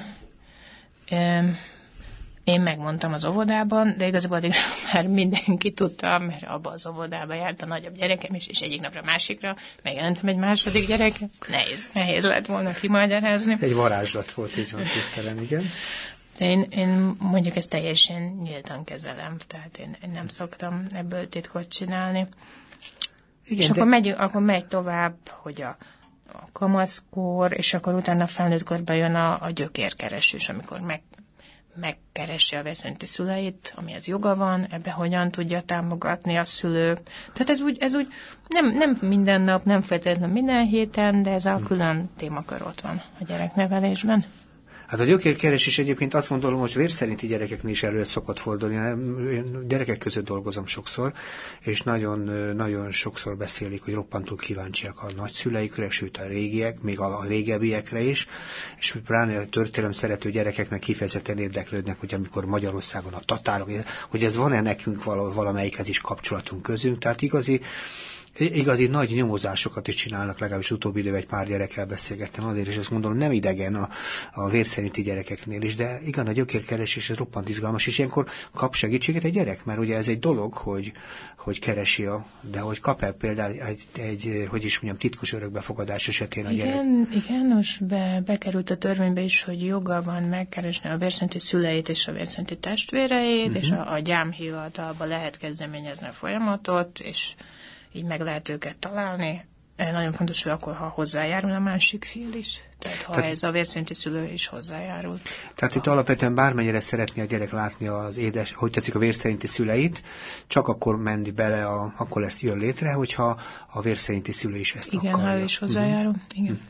Um, Én megmondtam az óvodában, de igazából addig már mindenki tudta, mert abban az óvodában járt a nagyobb gyerekem is, és egyik napra másikra megjelentem egy második gyerek. Nehéz, nehéz lett volna kimagyarázni. Egy varázslat volt, így van, tisztelen, igen. De én, én mondjuk ezt teljesen nyíltan kezelem, tehát én, én nem szoktam ebből titkot csinálni. Igen, és de... akkor, megy, akkor megy tovább, hogy a a kamaszkor, és akkor utána felnőtt korban jön a, a gyökérkeresés, amikor meg, megkeresi a vérszerinti szüleit, amihez joga van, ebbe hogyan tudja támogatni a szülő. Tehát ez úgy, ez úgy nem, nem minden nap, nem feltétlenül minden héten, de ez a külön témakör ott van a gyereknevelésben. Hát a gyökérkeresés egyébként azt gondolom, hogy vérszerinti gyerekeknél is elő szokott fordulni. Én gyerekek között dolgozom sokszor, és nagyon, nagyon sokszor beszélik, hogy roppantul kíváncsiak a nagyszüleikre, sőt a régiek, még a, a régebbiekre is, és pláne a történelem szerető gyerekeknek kifejezetten érdeklődnek, hogy amikor Magyarországon a tatárok, hogy ez van-e nekünk valamelyikhez is kapcsolatunk közünk, tehát igazi Igazi nagy nyomozásokat is csinálnak, legalábbis utóbbi időben egy pár gyerekkel beszélgettem azért, és ezt gondolom nem idegen a, a vérszerinti gyerekeknél is, de igen, a gyökérkeresés ez roppant izgalmas, és ilyenkor kap segítséget egy gyerek, mert ugye ez egy dolog, hogy, hogy keresi, a, de hogy kap-e például egy, egy, hogy is mondjam, titkos örökbefogadás esetén a igen, gyerek? Igen, most be, bekerült a törvénybe is, hogy joga van megkeresni a vérszerinti szüleit és a vérszerinti testvéreit, uh-huh. és a, a gyámhivatalba lehet kezdeményezni a folyamatot, és így meg lehet őket találni. Nagyon fontos, hogy akkor, ha hozzájárul a másik fél is. Tehát ha tehát, ez a vérszerinti szülő is hozzájárul. Tehát ha. Itt alapvetően bármennyire szeretné a gyerek látni az édes, hogy tetszik a vérszerinti szüleit, csak akkor menni bele, a, akkor lesz jön létre, hogyha a vérszerinti szülő is ezt igen, akarja. Igen, ha ő is hozzájárul. Uh-huh. Igen. Uh-huh.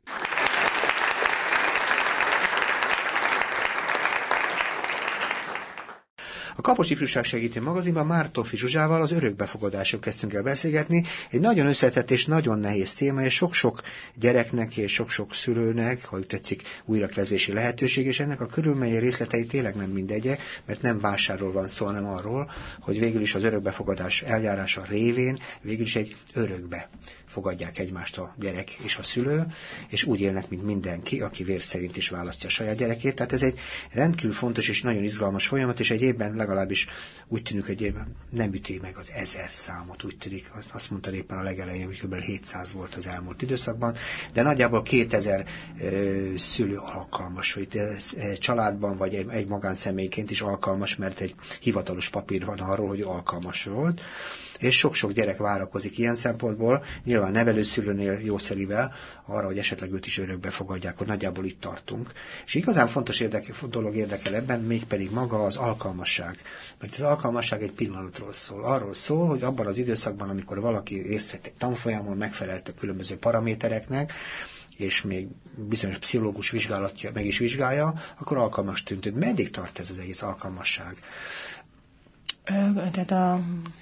A Kapos Ifjúság Segítő magazinban Mártonffy Zsuzsával az örökbefogadásról kezdtünk el beszélgetni. Egy nagyon összetett és nagyon nehéz téma, és sok-sok gyereknek és sok-sok szülőnek, ha úgy tetszik, újrakezdési lehetőség, és ennek a körülményei részletei tényleg nem mindegye, mert nem vásárról van szó, hanem arról, hogy végül is az örökbefogadás eljárása révén végül is egy örökbe fogadják egymást a gyerek és a szülő, és úgy élnek, mint mindenki, aki vér szerint is választja a saját gyerekét. Tehát ez egy rendkívül fontos és nagyon izgalmas folyamat, és egy évben legalábbis úgy tűnik, hogy évben nem üti meg az ezer számot, úgy tűnik, azt mondta éppen a legelején, hogy kb. hétszáz volt az elmúlt időszakban, de nagyjából kétezer ö, szülő alkalmas, hogy ez egy családban vagy egy, egy magánszemélyként is alkalmas, mert egy hivatalos papír van arról, hogy alkalmas volt, és sok-sok gyerek várakozik ilyen szempontból, nyilván nevelőszülőnél jószerivel arra, hogy esetleg őt is örökbe fogadják, hogy nagyjából itt tartunk. És igazán fontos érdeke, dolog érdekel ebben, mégpedig maga az alkalmasság. Mert az alkalmasság egy pillanatról szól. Arról szól, hogy abban az időszakban, amikor valaki részt vett egy tanfolyamon, megfelelt a különböző paramétereknek, és még bizonyos pszichológus vizsgálatja meg is vizsgálja, akkor alkalmas tűnt. Meddig tart ez az egész alkalmasság? Tehát a...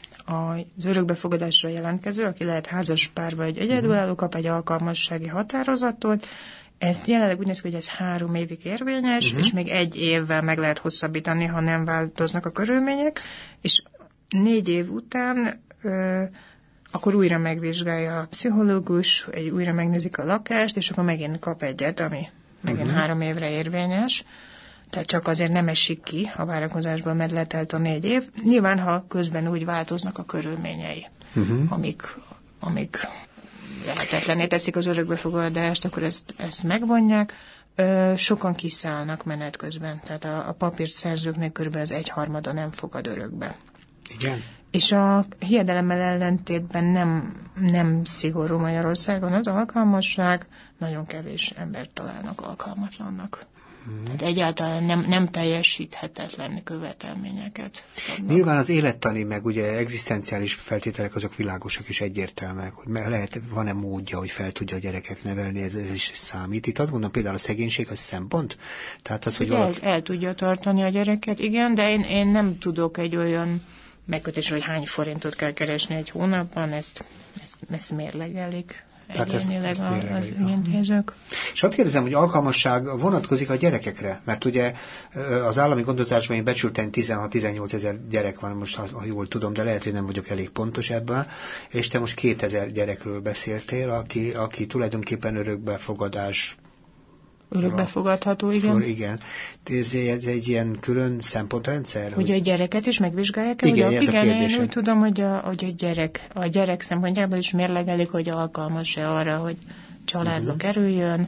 az örökbefogadásra jelentkező, aki lehet házas pár vagy egyedülálló, kap egy alkalmassági határozatot. Ez jelenleg úgy néz ki, hogy ez három évig érvényes, uh-huh. és még egy évvel meg lehet hosszabbítani, ha nem változnak a körülmények, és négy év után ö, akkor újra megvizsgálja a pszichológus, egy, újra megnézik a lakást, és akkor megint kap egyet, ami megint uh-huh. három évre érvényes. Tehát csak azért nem esik ki a várakozásból, mert letelt a négy év. Nyilván, ha közben úgy változnak a körülményei, uh-huh. amik, amik lehetetlenné teszik az örökbefogadást, akkor ezt, ezt megvonják. Ö, sokan kiszállnak menet közben. Tehát a, a papírszerzőknek körülbelül az egyharmada nem fogad örökbe. Igen. És a hiedelemmel ellentétben nem, nem szigorú Magyarországon az alkalmasság, nagyon kevés embert találnak alkalmatlannak. Hmm. Tehát egyáltalán nem, nem teljesíthetetlen követelményeket szabnak. Nyilván az élettani, meg ugye egzisztenciális feltételek azok világosak és egyértelműek, hogy lehet, van-e módja, hogy fel tudja a gyereket nevelni, ez, ez is számít. Itt azt gondolom, például a szegénység az szempont? Tehát az, hogy el, valaki... el tudja tartani a gyereket, igen, de én, én nem tudok egy olyan megkötés, hogy hány forintot kell keresni egy hónapban, ezt, ezt, ezt mérlegelik. Tehát ezt, ezt az intézők. És hadd kérdezem, hogy alkalmasság vonatkozik a gyerekekre, mert ugye az állami gondozásban én becsülten tizenhat-tizennyolc ezer gyerek van, most ha jól tudom, de lehet, hogy nem vagyok elég pontos ebben, és te most kétezer gyerekről beszéltél, aki, aki tulajdonképpen örökbefogadás Örökbefogadható, igen. For, igen. Ez, ez egy ilyen külön szempontrendszer? Hogy, hogy a gyereket is megvizsgálják el? Igen, ugye, ez igen, a kérdés. Én úgy tudom, hogy a, hogy a gyerek, a gyerek szempontjából is mérlegelik, hogy alkalmas-e arra, hogy családba uh-huh. kerüljön.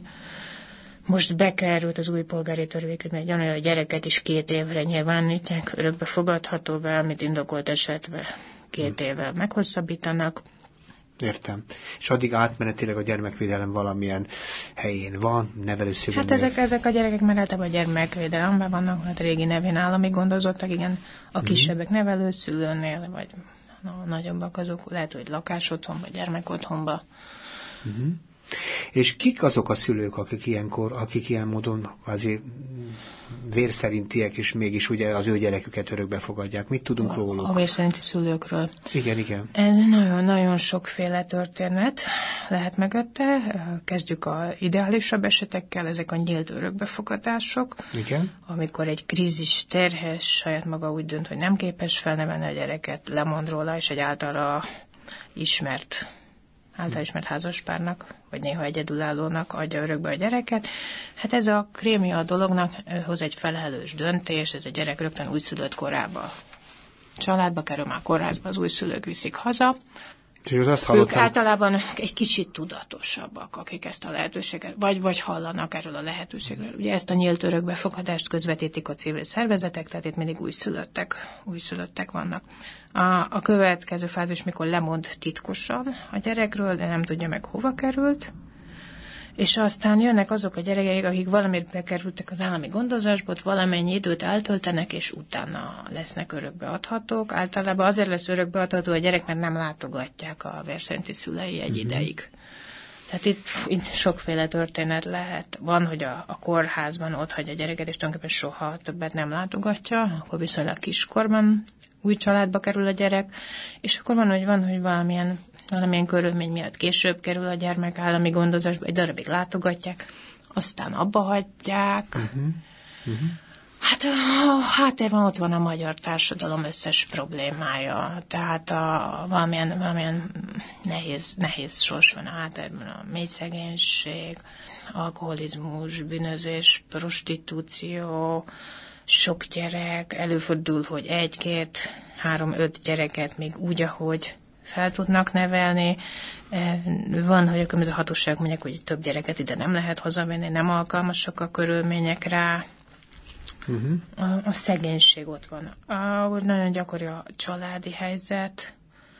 Most bekerült az új polgári törvénykönyvbe egy olyan, hogy a gyereket is két évre nyilvánítják örökbefogadhatóvá, amit indokolt esetben két uh-huh. évvel meghosszabbítanak. Értem. És addig átmenetileg a gyermekvédelem valamilyen helyén van, nevelőszülőnél? Hát ezek, ezek a gyerekek már általában a gyermekvédelemben vannak, hát régi nevén állami gondozottak, igen, a kisebbek nevelőszülőnél, vagy a nagyobbak azok lehet, hogy lakásotthonba, gyermekotthonba. Uh-huh. És kik azok a szülők, akik ilyenkor, akik ilyen módon azért vérszerintiek, és mégis ugye az ő gyereküket örökbe fogadják? Mit tudunk a, róluk? A vérszerinti szülőkről. Igen, igen. Ez nagyon-nagyon sokféle történet lehet mögötte. Kezdjük a ideálisabb esetekkel, ezek a nyílt örökbefogadások. Igen. Amikor egy krízis terhes, saját maga úgy dönt, hogy nem képes felnevelni a gyereket, lemond róla, és egy általa ismert által ismert házaspárnak, vagy néha egyedülállónak adja örökbe a gyereket. Hát ez a krémia a dolognak hoz egy felelős döntés, ez a gyerek rögtön újszülött korába családba kerül, már kórházba, az újszülők viszik haza. Azt ők általában egy kicsit tudatosabbak, akik ezt a lehetőséget, vagy, vagy hallanak erről a lehetőségről. Ugye ezt a nyílt örökbefogadást közvetítik a civil szervezetek, tehát itt mindig újszülöttek, újszülöttek vannak. A, a következő fázis, mikor lemond titkosan a gyerekről, de nem tudja meg hova került, és aztán jönnek azok a gyerekek, akik valamiért bekerültek az állami gondozásba, ott valamennyi időt eltöltenek, és utána lesznek örökbeadhatók. Általában azért lesz örökbeadható a gyerek, mert nem látogatják a vérszerinti szülei egy uh-huh. ideig. Tehát itt, itt sokféle történet lehet. Van, hogy a, a kórházban ott hagyja a gyereket, és tulajdonképpen soha többet nem látogatja, akkor viszonylag kiskorban új családba kerül a gyerek, és akkor van, hogy van, hogy valamilyen valamilyen körülmény miatt később kerül a gyermek állami gondozásba, egy darabig látogatják, aztán abba hagyják. Uh-huh. Uh-huh. Hát a háttérben ott van a magyar társadalom összes problémája, tehát a, valamilyen, valamilyen nehéz, nehéz sors van a háttérben, a mély szegénység, alkoholizmus, bűnözés, prostitúció, sok gyerek, előfordul, hogy egy-két, három-öt gyereket még úgy, ahogy fel tudnak nevelni. Van, hogy a különböző hatóságok mondják, hogy több gyereket ide nem lehet hazavenni, nem alkalmasak a körülmények rá. Uh-huh. A, a szegénység ott van. Ahogy nagyon gyakori a családi helyzet.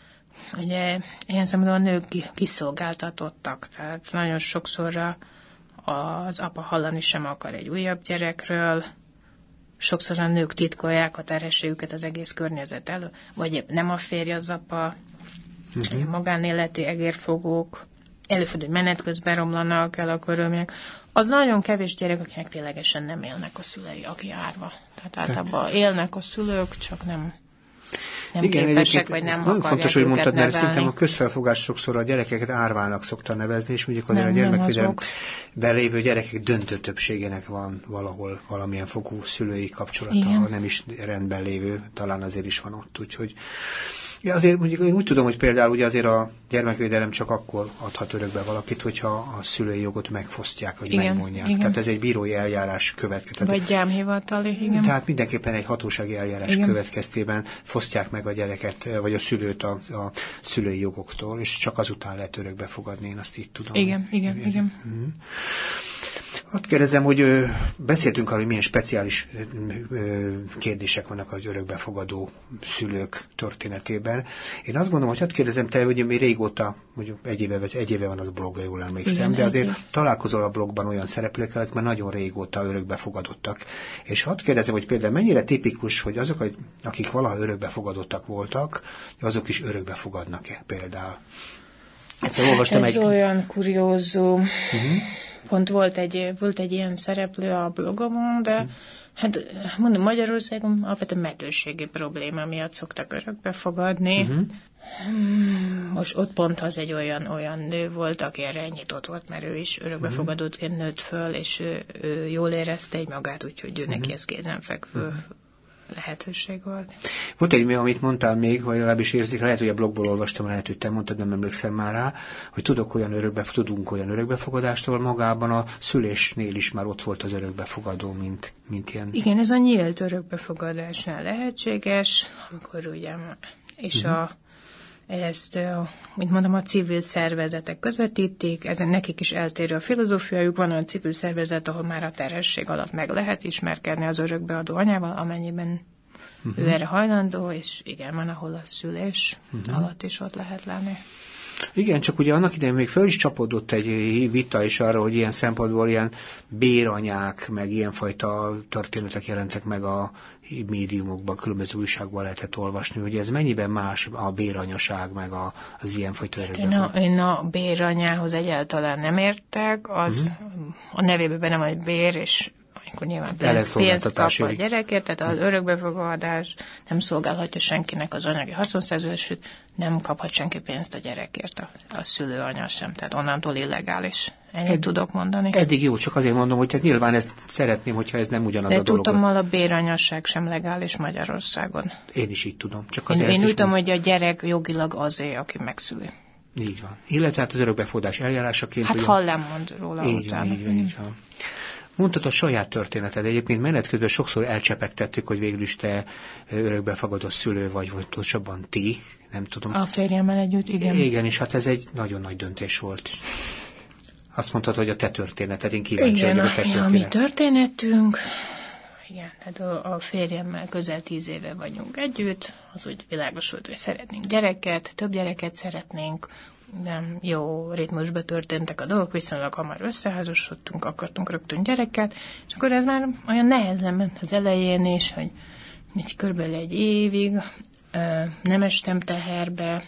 Ugye ilyen szemben a nők kiszolgáltatottak, tehát nagyon sokszor az apa hallani sem akar egy újabb gyerekről, sokszor a nők titkolják a terhességüket az egész környezet elő, vagy nem a férj az apa, uh-huh. magánéleti egérfogók, előfordul, hogy menet közben romlanak el a körülmények. Az nagyon kevés gyerek, akinek ténylegesen nem élnek a szülei, aki árva. Tehát általában élnek a szülők, csak nem, nem igen, képesek, vagy nem nagyon fontos, hogy mondtad, nevelni. mert szerintem a közfelfogás sokszor a gyerekeket árvának szokta nevezni, és mondjuk azért nem, a gyermekvédelemben lévő gyerekek döntő többségének van valahol valamilyen fokú szülői kapcsolata, igen. nem is rendben lévő, talán azért is van ott, úgyhogy ja, azért mondjuk én úgy tudom, hogy például ugye azért a gyermekvédelem csak akkor adhat örökbe valakit, hogyha a szülői jogot megfosztják, vagy igen, megvonják. Igen. Tehát ez egy bírói eljárás következtében. Vagy gyámhivatali, igen. Tehát mindenképpen egy hatósági eljárás igen. következtében fosztják meg a gyereket, vagy a szülőt a, a szülői jogoktól, és csak azután lehet örökbe fogadni, én azt így tudom. Igen, igen, igen. igen. Mm. Azt kérdezem, hogy ö, beszéltünk arról, hogy milyen speciális ö, kérdések vannak az örökbefogadó szülők történetében. Én azt gondolom, hogy azt kérdezem te, hogy mi régóta, mondjuk egy éve, egy éve van az blogja, jól emlékszem, igen, de azért év. találkozol a blogban olyan szereplőkkel, akik már nagyon régóta örökbefogadottak. És azt kérdezem, hogy például mennyire tipikus, hogy azok, akik valaha örökbefogadottak voltak, azok is örökbefogadnak-e például? Egyszer olvastam Ez egy... olyan kuriózum... Uh-huh. Pont volt egy, volt egy ilyen szereplő a blogomon, de hmm. hát mondom, Magyarországon alapvetően metőségi probléma miatt szoktak örökbefogadni. Hmm. Most ott pont az egy olyan, olyan nő volt, aki erre nyitott volt, mert ő is örökbefogadottként nőtt föl, és ő, ő jól érezte egy magát, úgyhogy ő hmm. neki ez kézenfekvő hmm. lehetőség volt. Volt egy, amit mondtál még, vagy legalábbis érzik, lehet, hogy a blogból olvastam, lehet, hogy te mondtad, nem emlékszem már rá, hogy tudok olyan örökbe, tudunk olyan örökbefogadástól, magában a szülésnél is már ott volt az örökbefogadó, mint, mint ilyen. Igen, ez a nyílt örökbefogadásnál lehetséges, amikor ugye, és uh-huh. a ezt, mint mondom, a civil szervezetek közvetítik, ezen nekik is eltérő a filozófiájuk, van olyan civil szervezet, ahol már a terhesség alatt meg lehet ismerkedni az örökbeadó anyával, amennyiben uh-huh. ő erre hajlandó, és igen, van, ahol a szülés uh-huh. alatt is ott lehet lenni. Igen, csak ugye annak idején még föl is csapódott egy vita is arra, hogy ilyen szempontból ilyen béranyák, meg ilyenfajta történetek jelentek meg a médiumokban, különböző újságban lehetett olvasni, hogy ez mennyiben más a béranyaság, meg a, az ilyenfajta örökbefogadás. Én, én a béranyához egyáltalán nem értek, az uh-huh. a nevében benne van egy bér, és akkor nyilván pénzt, pénzt kap a gyerekért, tehát az örökbefogadás nem szolgálhatja senkinek az anyagi haszonszerzését, nem kaphat senki pénzt a gyerekért, a, a szülőanya sem, tehát onnantól illegális. Ennyit Ed, tudok mondani. Eddig jó, csak azért mondom, hogy nyilván ezt szeretném, hogyha ez nem ugyanaz De a dolog. De tudtam, a béranyaság sem legális Magyarországon. Én is így tudom. Csak én én úgy tudom, hogy a gyerek jogilag azé, aki megszüli. Így van. Illetve hát az örökbefogadás eljárásaként. Hát ugyan... hallám mond róla. Így van, így van, így van. Mondtad a saját történeted. Egyébként menet közben sokszor elcsepegtettük, hogy végül is te örökbefogadó szülő vagy, vagy pontosabban ti, nem tudom. A férjemmel együtt, igen. Igen, és hát ez egy nagyon nagy döntés volt. Azt mondtad, hogy a te történeted, én kíváncsi vagyok a te történeted. Igen, a mi történetünk, igen, hát a, a férjemmel közel tíz éve vagyunk együtt, az úgy világos volt, hogy szeretnénk gyereket, több gyereket szeretnénk, nem jó ritmusba történtek a dolgok, viszonylag hamar összeházasodtunk, akartunk rögtön gyereket, és akkor ez már olyan nehezen ment az elején is, hogy így körülbelül egy évig nem estem teherbe,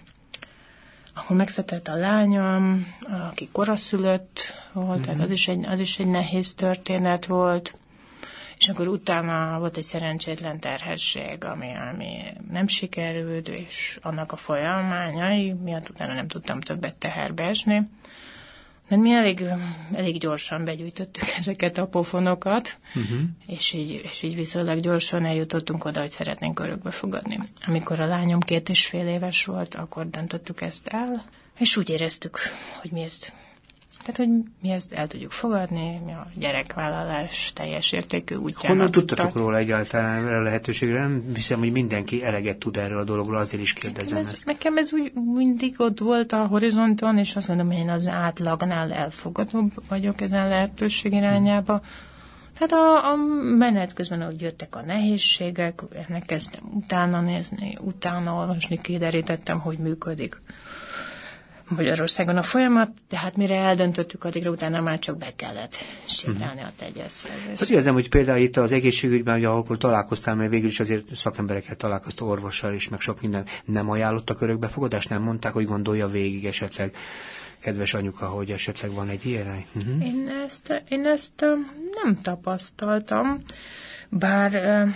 ahol megszületett a lányom, aki koraszülött volt, mm-hmm. tehát az is, egy, az is egy nehéz történet volt, és akkor utána volt egy szerencsétlen terhesség, ami, ami nem sikerült, és annak a folyamányai miatt utána nem tudtam többet teherbe esni. Mert mi elég, elég gyorsan begyűjtöttük ezeket a pofonokat, uh-huh. és, így, és így viszonylag gyorsan eljutottunk oda, hogy szeretnénk örökbe fogadni. Amikor a lányom két és fél éves volt, akkor döntöttük ezt el, és úgy éreztük, hogy mi ezt, tehát, hogy mi ezt el tudjuk fogadni, mi a gyerekvállalás teljes értékű útján. Honnan tudtatok róla egyáltalán a lehetőségre? Nem hiszem, hogy mindenki eleget tud erről a dologról, azért is kérdezem nekem ez, ezt. Nekem ez úgy mindig ott volt a horizonton, és azt mondom, hogy én az átlagnál elfogadóbb vagyok ezen lehetőség irányába. Hmm. Tehát a, a menet közben, ahogy jöttek a nehézségek, ennek kezdtem utána nézni, utána olvasni, kiderítettem, hogy működik Magyarországon a folyamat, tehát mire eldöntöttük, addigra utána már csak be kellett sétálni a tegyesszerzést. Hát érzem, hogy például itt az egészségügyben, hogy ahol találkoztál, mert végül is azért szakemberekkel találkoztál, orvossal is, meg sok minden, nem ajánlottak örökbefogadást, nem mondták, hogy gondolja végig esetleg, kedves anyuka, hogy esetleg van egy ilyen? Uh-huh. Én ezt, én ezt nem tapasztaltam, bár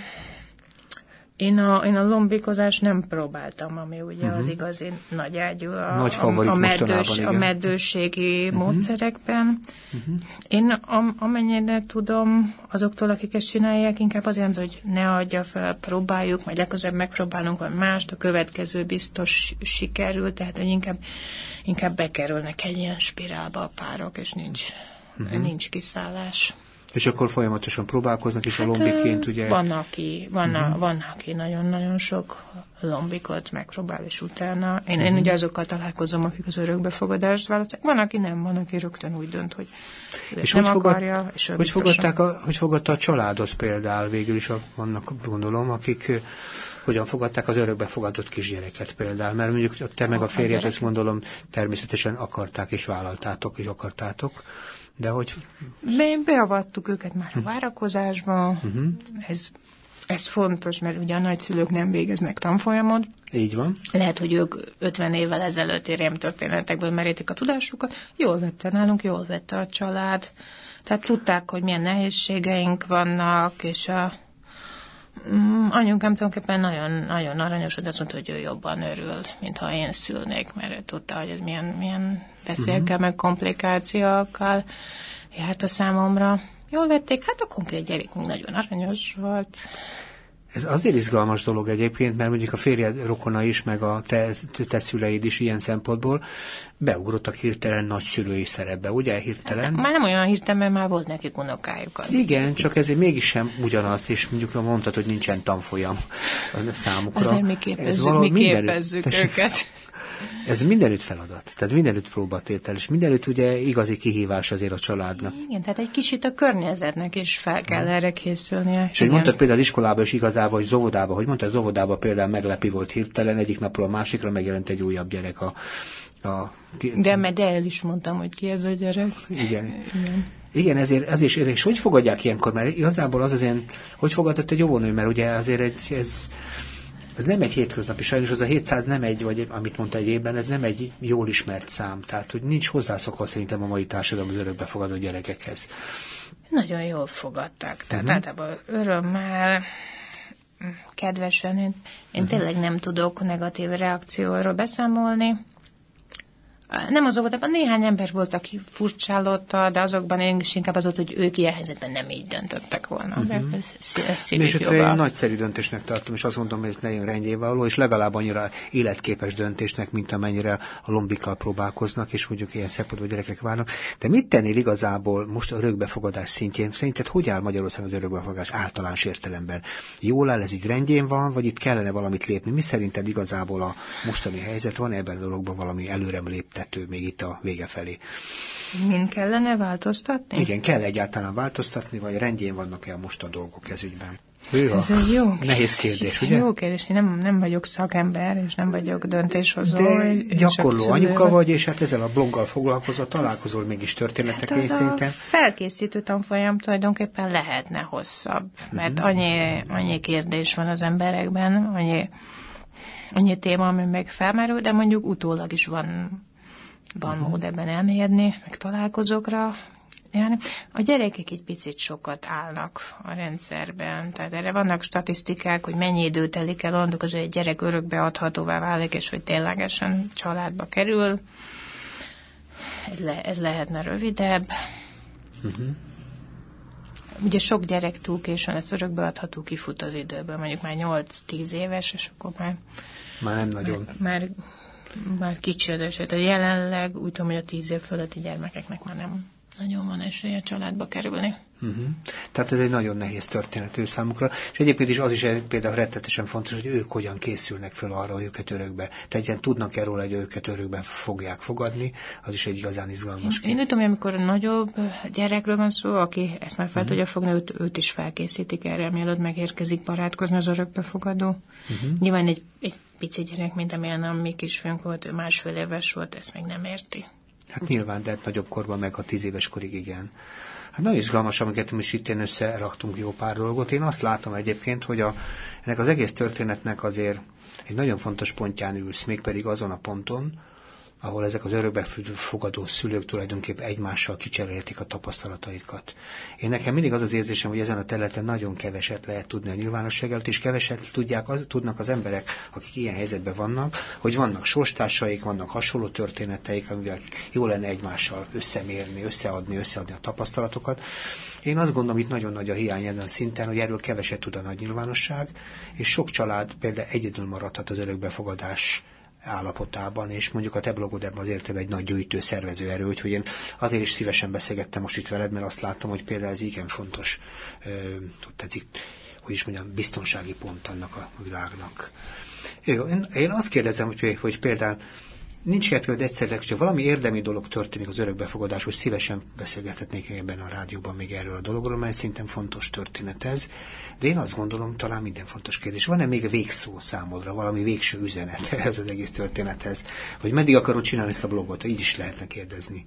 Én a, én a lombikozást nem próbáltam, ami ugye uh-huh. az igazi nagy ágyú a, nagy a, a, meddős, a meddőségi uh-huh. módszerekben. Uh-huh. Én am, amennyire tudom azoktól, akik ezt csinálják, inkább azért, hogy ne adja fel, próbáljuk, majd legközelebb megpróbálunk vagy mást, a következő biztos sikerül, tehát hogy inkább, inkább bekerülnek egy ilyen spirálba a párok, és nincs, uh-huh. nincs kiszállás. És akkor folyamatosan próbálkoznak, és hát, a lombiként ugye... Van, aki, van, uh-huh. a, van, aki nagyon-nagyon sok lombikot megpróbál, és utána... Én, uh-huh. én ugye azokkal találkozom, akik az örökbefogadást választják. Van, aki nem, van, aki rögtön úgy dönt, hogy és nem hogy akarja, fogad, és hogy fogadták a, hogy fogadta a családot például végül is, a, vannak gondolom, akik hogyan fogadták az örökbefogadott kisgyereket például, mert mondjuk te meg a, a férjed, ezt gondolom, természetesen akarták és vállaltátok, és akartátok. De hogy... Be, beavattuk őket már a várakozásba. Uh-huh. Ez, ez fontos, mert ugye a nagyszülők nem végeznek tanfolyamot. Így van. Lehet, hogy ők ötven évvel ezelőtti rémtörténetekből merítik a tudásukat. Jól vette nálunk, jól vette a család. Tehát tudták, hogy milyen nehézségeink vannak, és a mm, anyunkám tulajdonképpen nagyon, nagyon aranyos, hogy azt mondta, hogy ő jobban örül, mintha én szülnék, mert tudta, hogy ez milyen, milyen veszélyekkel, uh-huh. meg komplikációkkal járt a számomra. Jól vették, hát a konkrét gyerek nagyon aranyos volt. Ez azért izgalmas dolog egyébként, mert mondjuk a férjed rokona is, meg a te, te szüleid is ilyen szempontból beugrottak hirtelen nagyszülői szerepbe, ugye hirtelen? Hát, már nem olyan hirtelen, mert már volt nekik unokájuk. Az. Igen, csak ezért mégsem ugyanaz, és mondjuk mondtad, hogy nincsen tanfolyam számukra. Azért mi képezzük, mi képezzük őket. Ez mindenütt feladat, tehát mindenütt próbatétel, és mindenütt ugye igazi kihívás azért a családnak. Igen, tehát egy kicsit a környezetnek is fel kell erre készülnie. És hogy mondtad például az iskolában is igazán óvodába, vagy az óvodába, hogy mondta, az óvodába például meglepi volt hirtelen, egyik napról a másikra megjelent egy újabb gyerek a... a de, mert de el is mondtam, hogy ki ez a gyerek. Igen. Igen. Igen, ezért, ezért is érdekes, hogy fogadják ilyenkor, mert igazából az azért, hogy fogadott egy óvónő, mert ugye azért egy, ez, ez nem egy hétköznapi, sajnos az a hétszáz nem egy, vagy amit mondta egy évben, ez nem egy jól ismert szám, tehát hogy nincs hozzászokva szerintem a mai társadalom az örökbefogadó gyerekekhez. Nagyon jól fogadták, tehát uh-huh. általában örömmel, kedvesen, én, én uh-huh. tényleg nem tudok negatív reakcióról beszámolni. Nem az óvodában, néhány ember volt, aki furcsálotta, de azokban én is inkább az volt, hogy ők ilyen helyzetben nem így döntöttek volna. Uh-huh. De ez, ez szívük és joga. Én nagyszerű döntésnek tartom, és azt mondom, hogy ez nagyon rendjévaló, és legalább annyira életképes döntésnek, mint amennyire a lombikkal próbálkoznak, és mondjuk ilyen szempontból gyerekek várnak. De mit tennél igazából most a örökbefogadás szintjén? Szerinted hogy áll Magyarország az örökbefogadás általános értelemben? Jól áll, ez így rendjén van, vagy itt kellene valamit lépni? Mi szerinted igazából a mostani helyzet? Van ebben a dologban valami előrem léptető még itt a vége felé? Mind kellene változtatni? Igen, kell egyáltalán változtatni, vagy rendjén vannak-e most a dolgok ez ügyben? Hűha. Ez egy jó nehéz kérdés, ugye? Jó kérdés. Én nem, nem vagyok szakember, és nem vagyok döntéshozó. De gyakorló anyuka vagy, és hát ezzel a bloggal foglalkozva találkozol mégis történetekkel hát szinten. A felkészítő tanfolyam tulajdonképpen lehetne hosszabb, mert uh-huh. annyi, annyi kérdés van az emberekben, annyi, annyi téma, ami meg felmerül, de mondjuk utólag is van, van uh-huh. mód ebben elmérni, meg találkozókra. Yani a gyerekek egy picit sokat állnak a rendszerben, tehát erre vannak statisztikák, hogy mennyi idő telik el annak, hogy egy gyerek örökbeadhatóvá válik, és hogy ténylegesen családba kerül. Ez, le, ez lehetne rövidebb. Uh-huh. Ugye sok gyerek túl későn lesz örökbeadható, kifut az időből, mondjuk már nyolc-tíz éves, és akkor már... Már nem nagyon. Már, már, már kicsi, tehát jelenleg úgy tudom, hogy a tíz év fölötti gyermekeknek már nem nagyon van esélye családba kerülni. Uh-huh. Tehát ez egy nagyon nehéz történet ő számukra, és egyébként is az is például rettetesen fontos, hogy ők hogyan készülnek fel arra, hogy őket örökbe. Tehát ilyen tudnak-e róla, hogy őket örökbe fogják fogadni, az is egy igazán izgalmas kérdés. Én úgy tudom, hogy amikor nagyobb gyerekről van szó, aki ezt már fel uh-huh. tudja fogni, őt, őt is felkészítik erre, mielőtt megérkezik barátkozni az örökbefogadó. Uh-huh. Nyilván egy, egy pici gyerek, mint amilyen a mi kisfiunk volt, ő másfél éves volt, ezt még nem érti. Hát nyilván, de hát nagyobb korban meg, ha tíz éves korig igen. Hát nagyon izgalmas, amiket mi is itt összeraktunk jó pár dolgot. Én azt látom egyébként, hogy a, ennek az egész történetnek azért egy nagyon fontos pontján ülsz, mégpedig azon a ponton, ahol ezek az örökbefogadó szülők tulajdonképpen egymással kicserélték a tapasztalataikat. Én nekem mindig az az érzésem, hogy ezen a területen nagyon keveset lehet tudni a nyilvánosság előtt, és keveset tudják, az, tudnak az emberek, akik ilyen helyzetben vannak, hogy vannak sorstársaik, vannak hasonló történeteik, amivel jó lenne egymással összemérni, összeadni, összeadni a tapasztalatokat. Én azt gondolom, itt nagyon nagy a hiány ezen a szinten, hogy erről keveset tud a nagy nyilvánosság, és sok család például egyedül maradhat az örökbefogadás állapotában, és mondjuk a te blogod ebben azért egy nagy gyűjtő szervező erő, úgyhogy én azért is szívesen beszélgettem most itt veled, mert azt láttam, hogy például ez igen fontos, tetszik, hogy is mondjam, biztonsági pont annak a világnak. Én, én azt kérdezem, hogy, hogy például nincs kettő, de egyszerűen, hogyha valami érdemi dolog történik az örökbefogadás, hogy szívesen beszélgethetnék ebben a rádióban még erről a dologról, mert szerintem fontos történet ez, de én azt gondolom, talán minden fontos kérdés. Van-e még végszó számodra, valami végső üzenet ez az egész történethez? Vagy meddig akarod csinálni ezt a blogot? Így is lehetne kérdezni.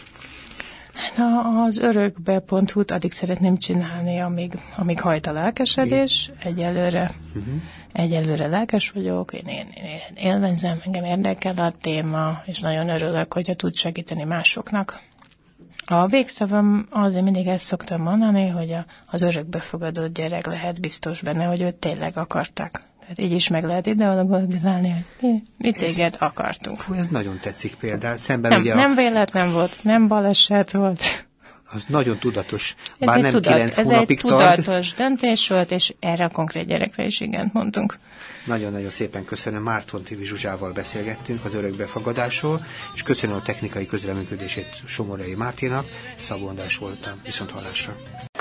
Na, az örökbe pont hu-t addig szeretném csinálni, amíg, amíg hajt a lelkesedés. Egyelőre, uh-huh. egyelőre lelkes vagyok, én, én, én élvezem, engem érdekel a téma, és nagyon örülök, hogyha tud segíteni másoknak. A végszavam azért mindig ezt szoktam mondani, hogy a, az örökbefogadott gyerek lehet biztos benne, hogy őt tényleg akarták. Tehát így is meg lehet ideologizálni, hogy mi, mi téged akartunk. Hú, ez nagyon tetszik például. Szemben nem, ugye a... nem véletlen volt, nem baleset volt. Az nagyon tudatos. Ez Bár egy nem tudat, kilenc ez hónapig egy tart. tudatos döntés volt, és erre a konkrét gyerekre is igent mondtunk. Nagyon-nagyon szépen köszönöm. Márton Tibi Zsuzsával beszélgettünk az örökbefogadásról, és köszönöm a technikai közreműködését Somorai Máténak, Szabó András voltam. Viszont hallásra.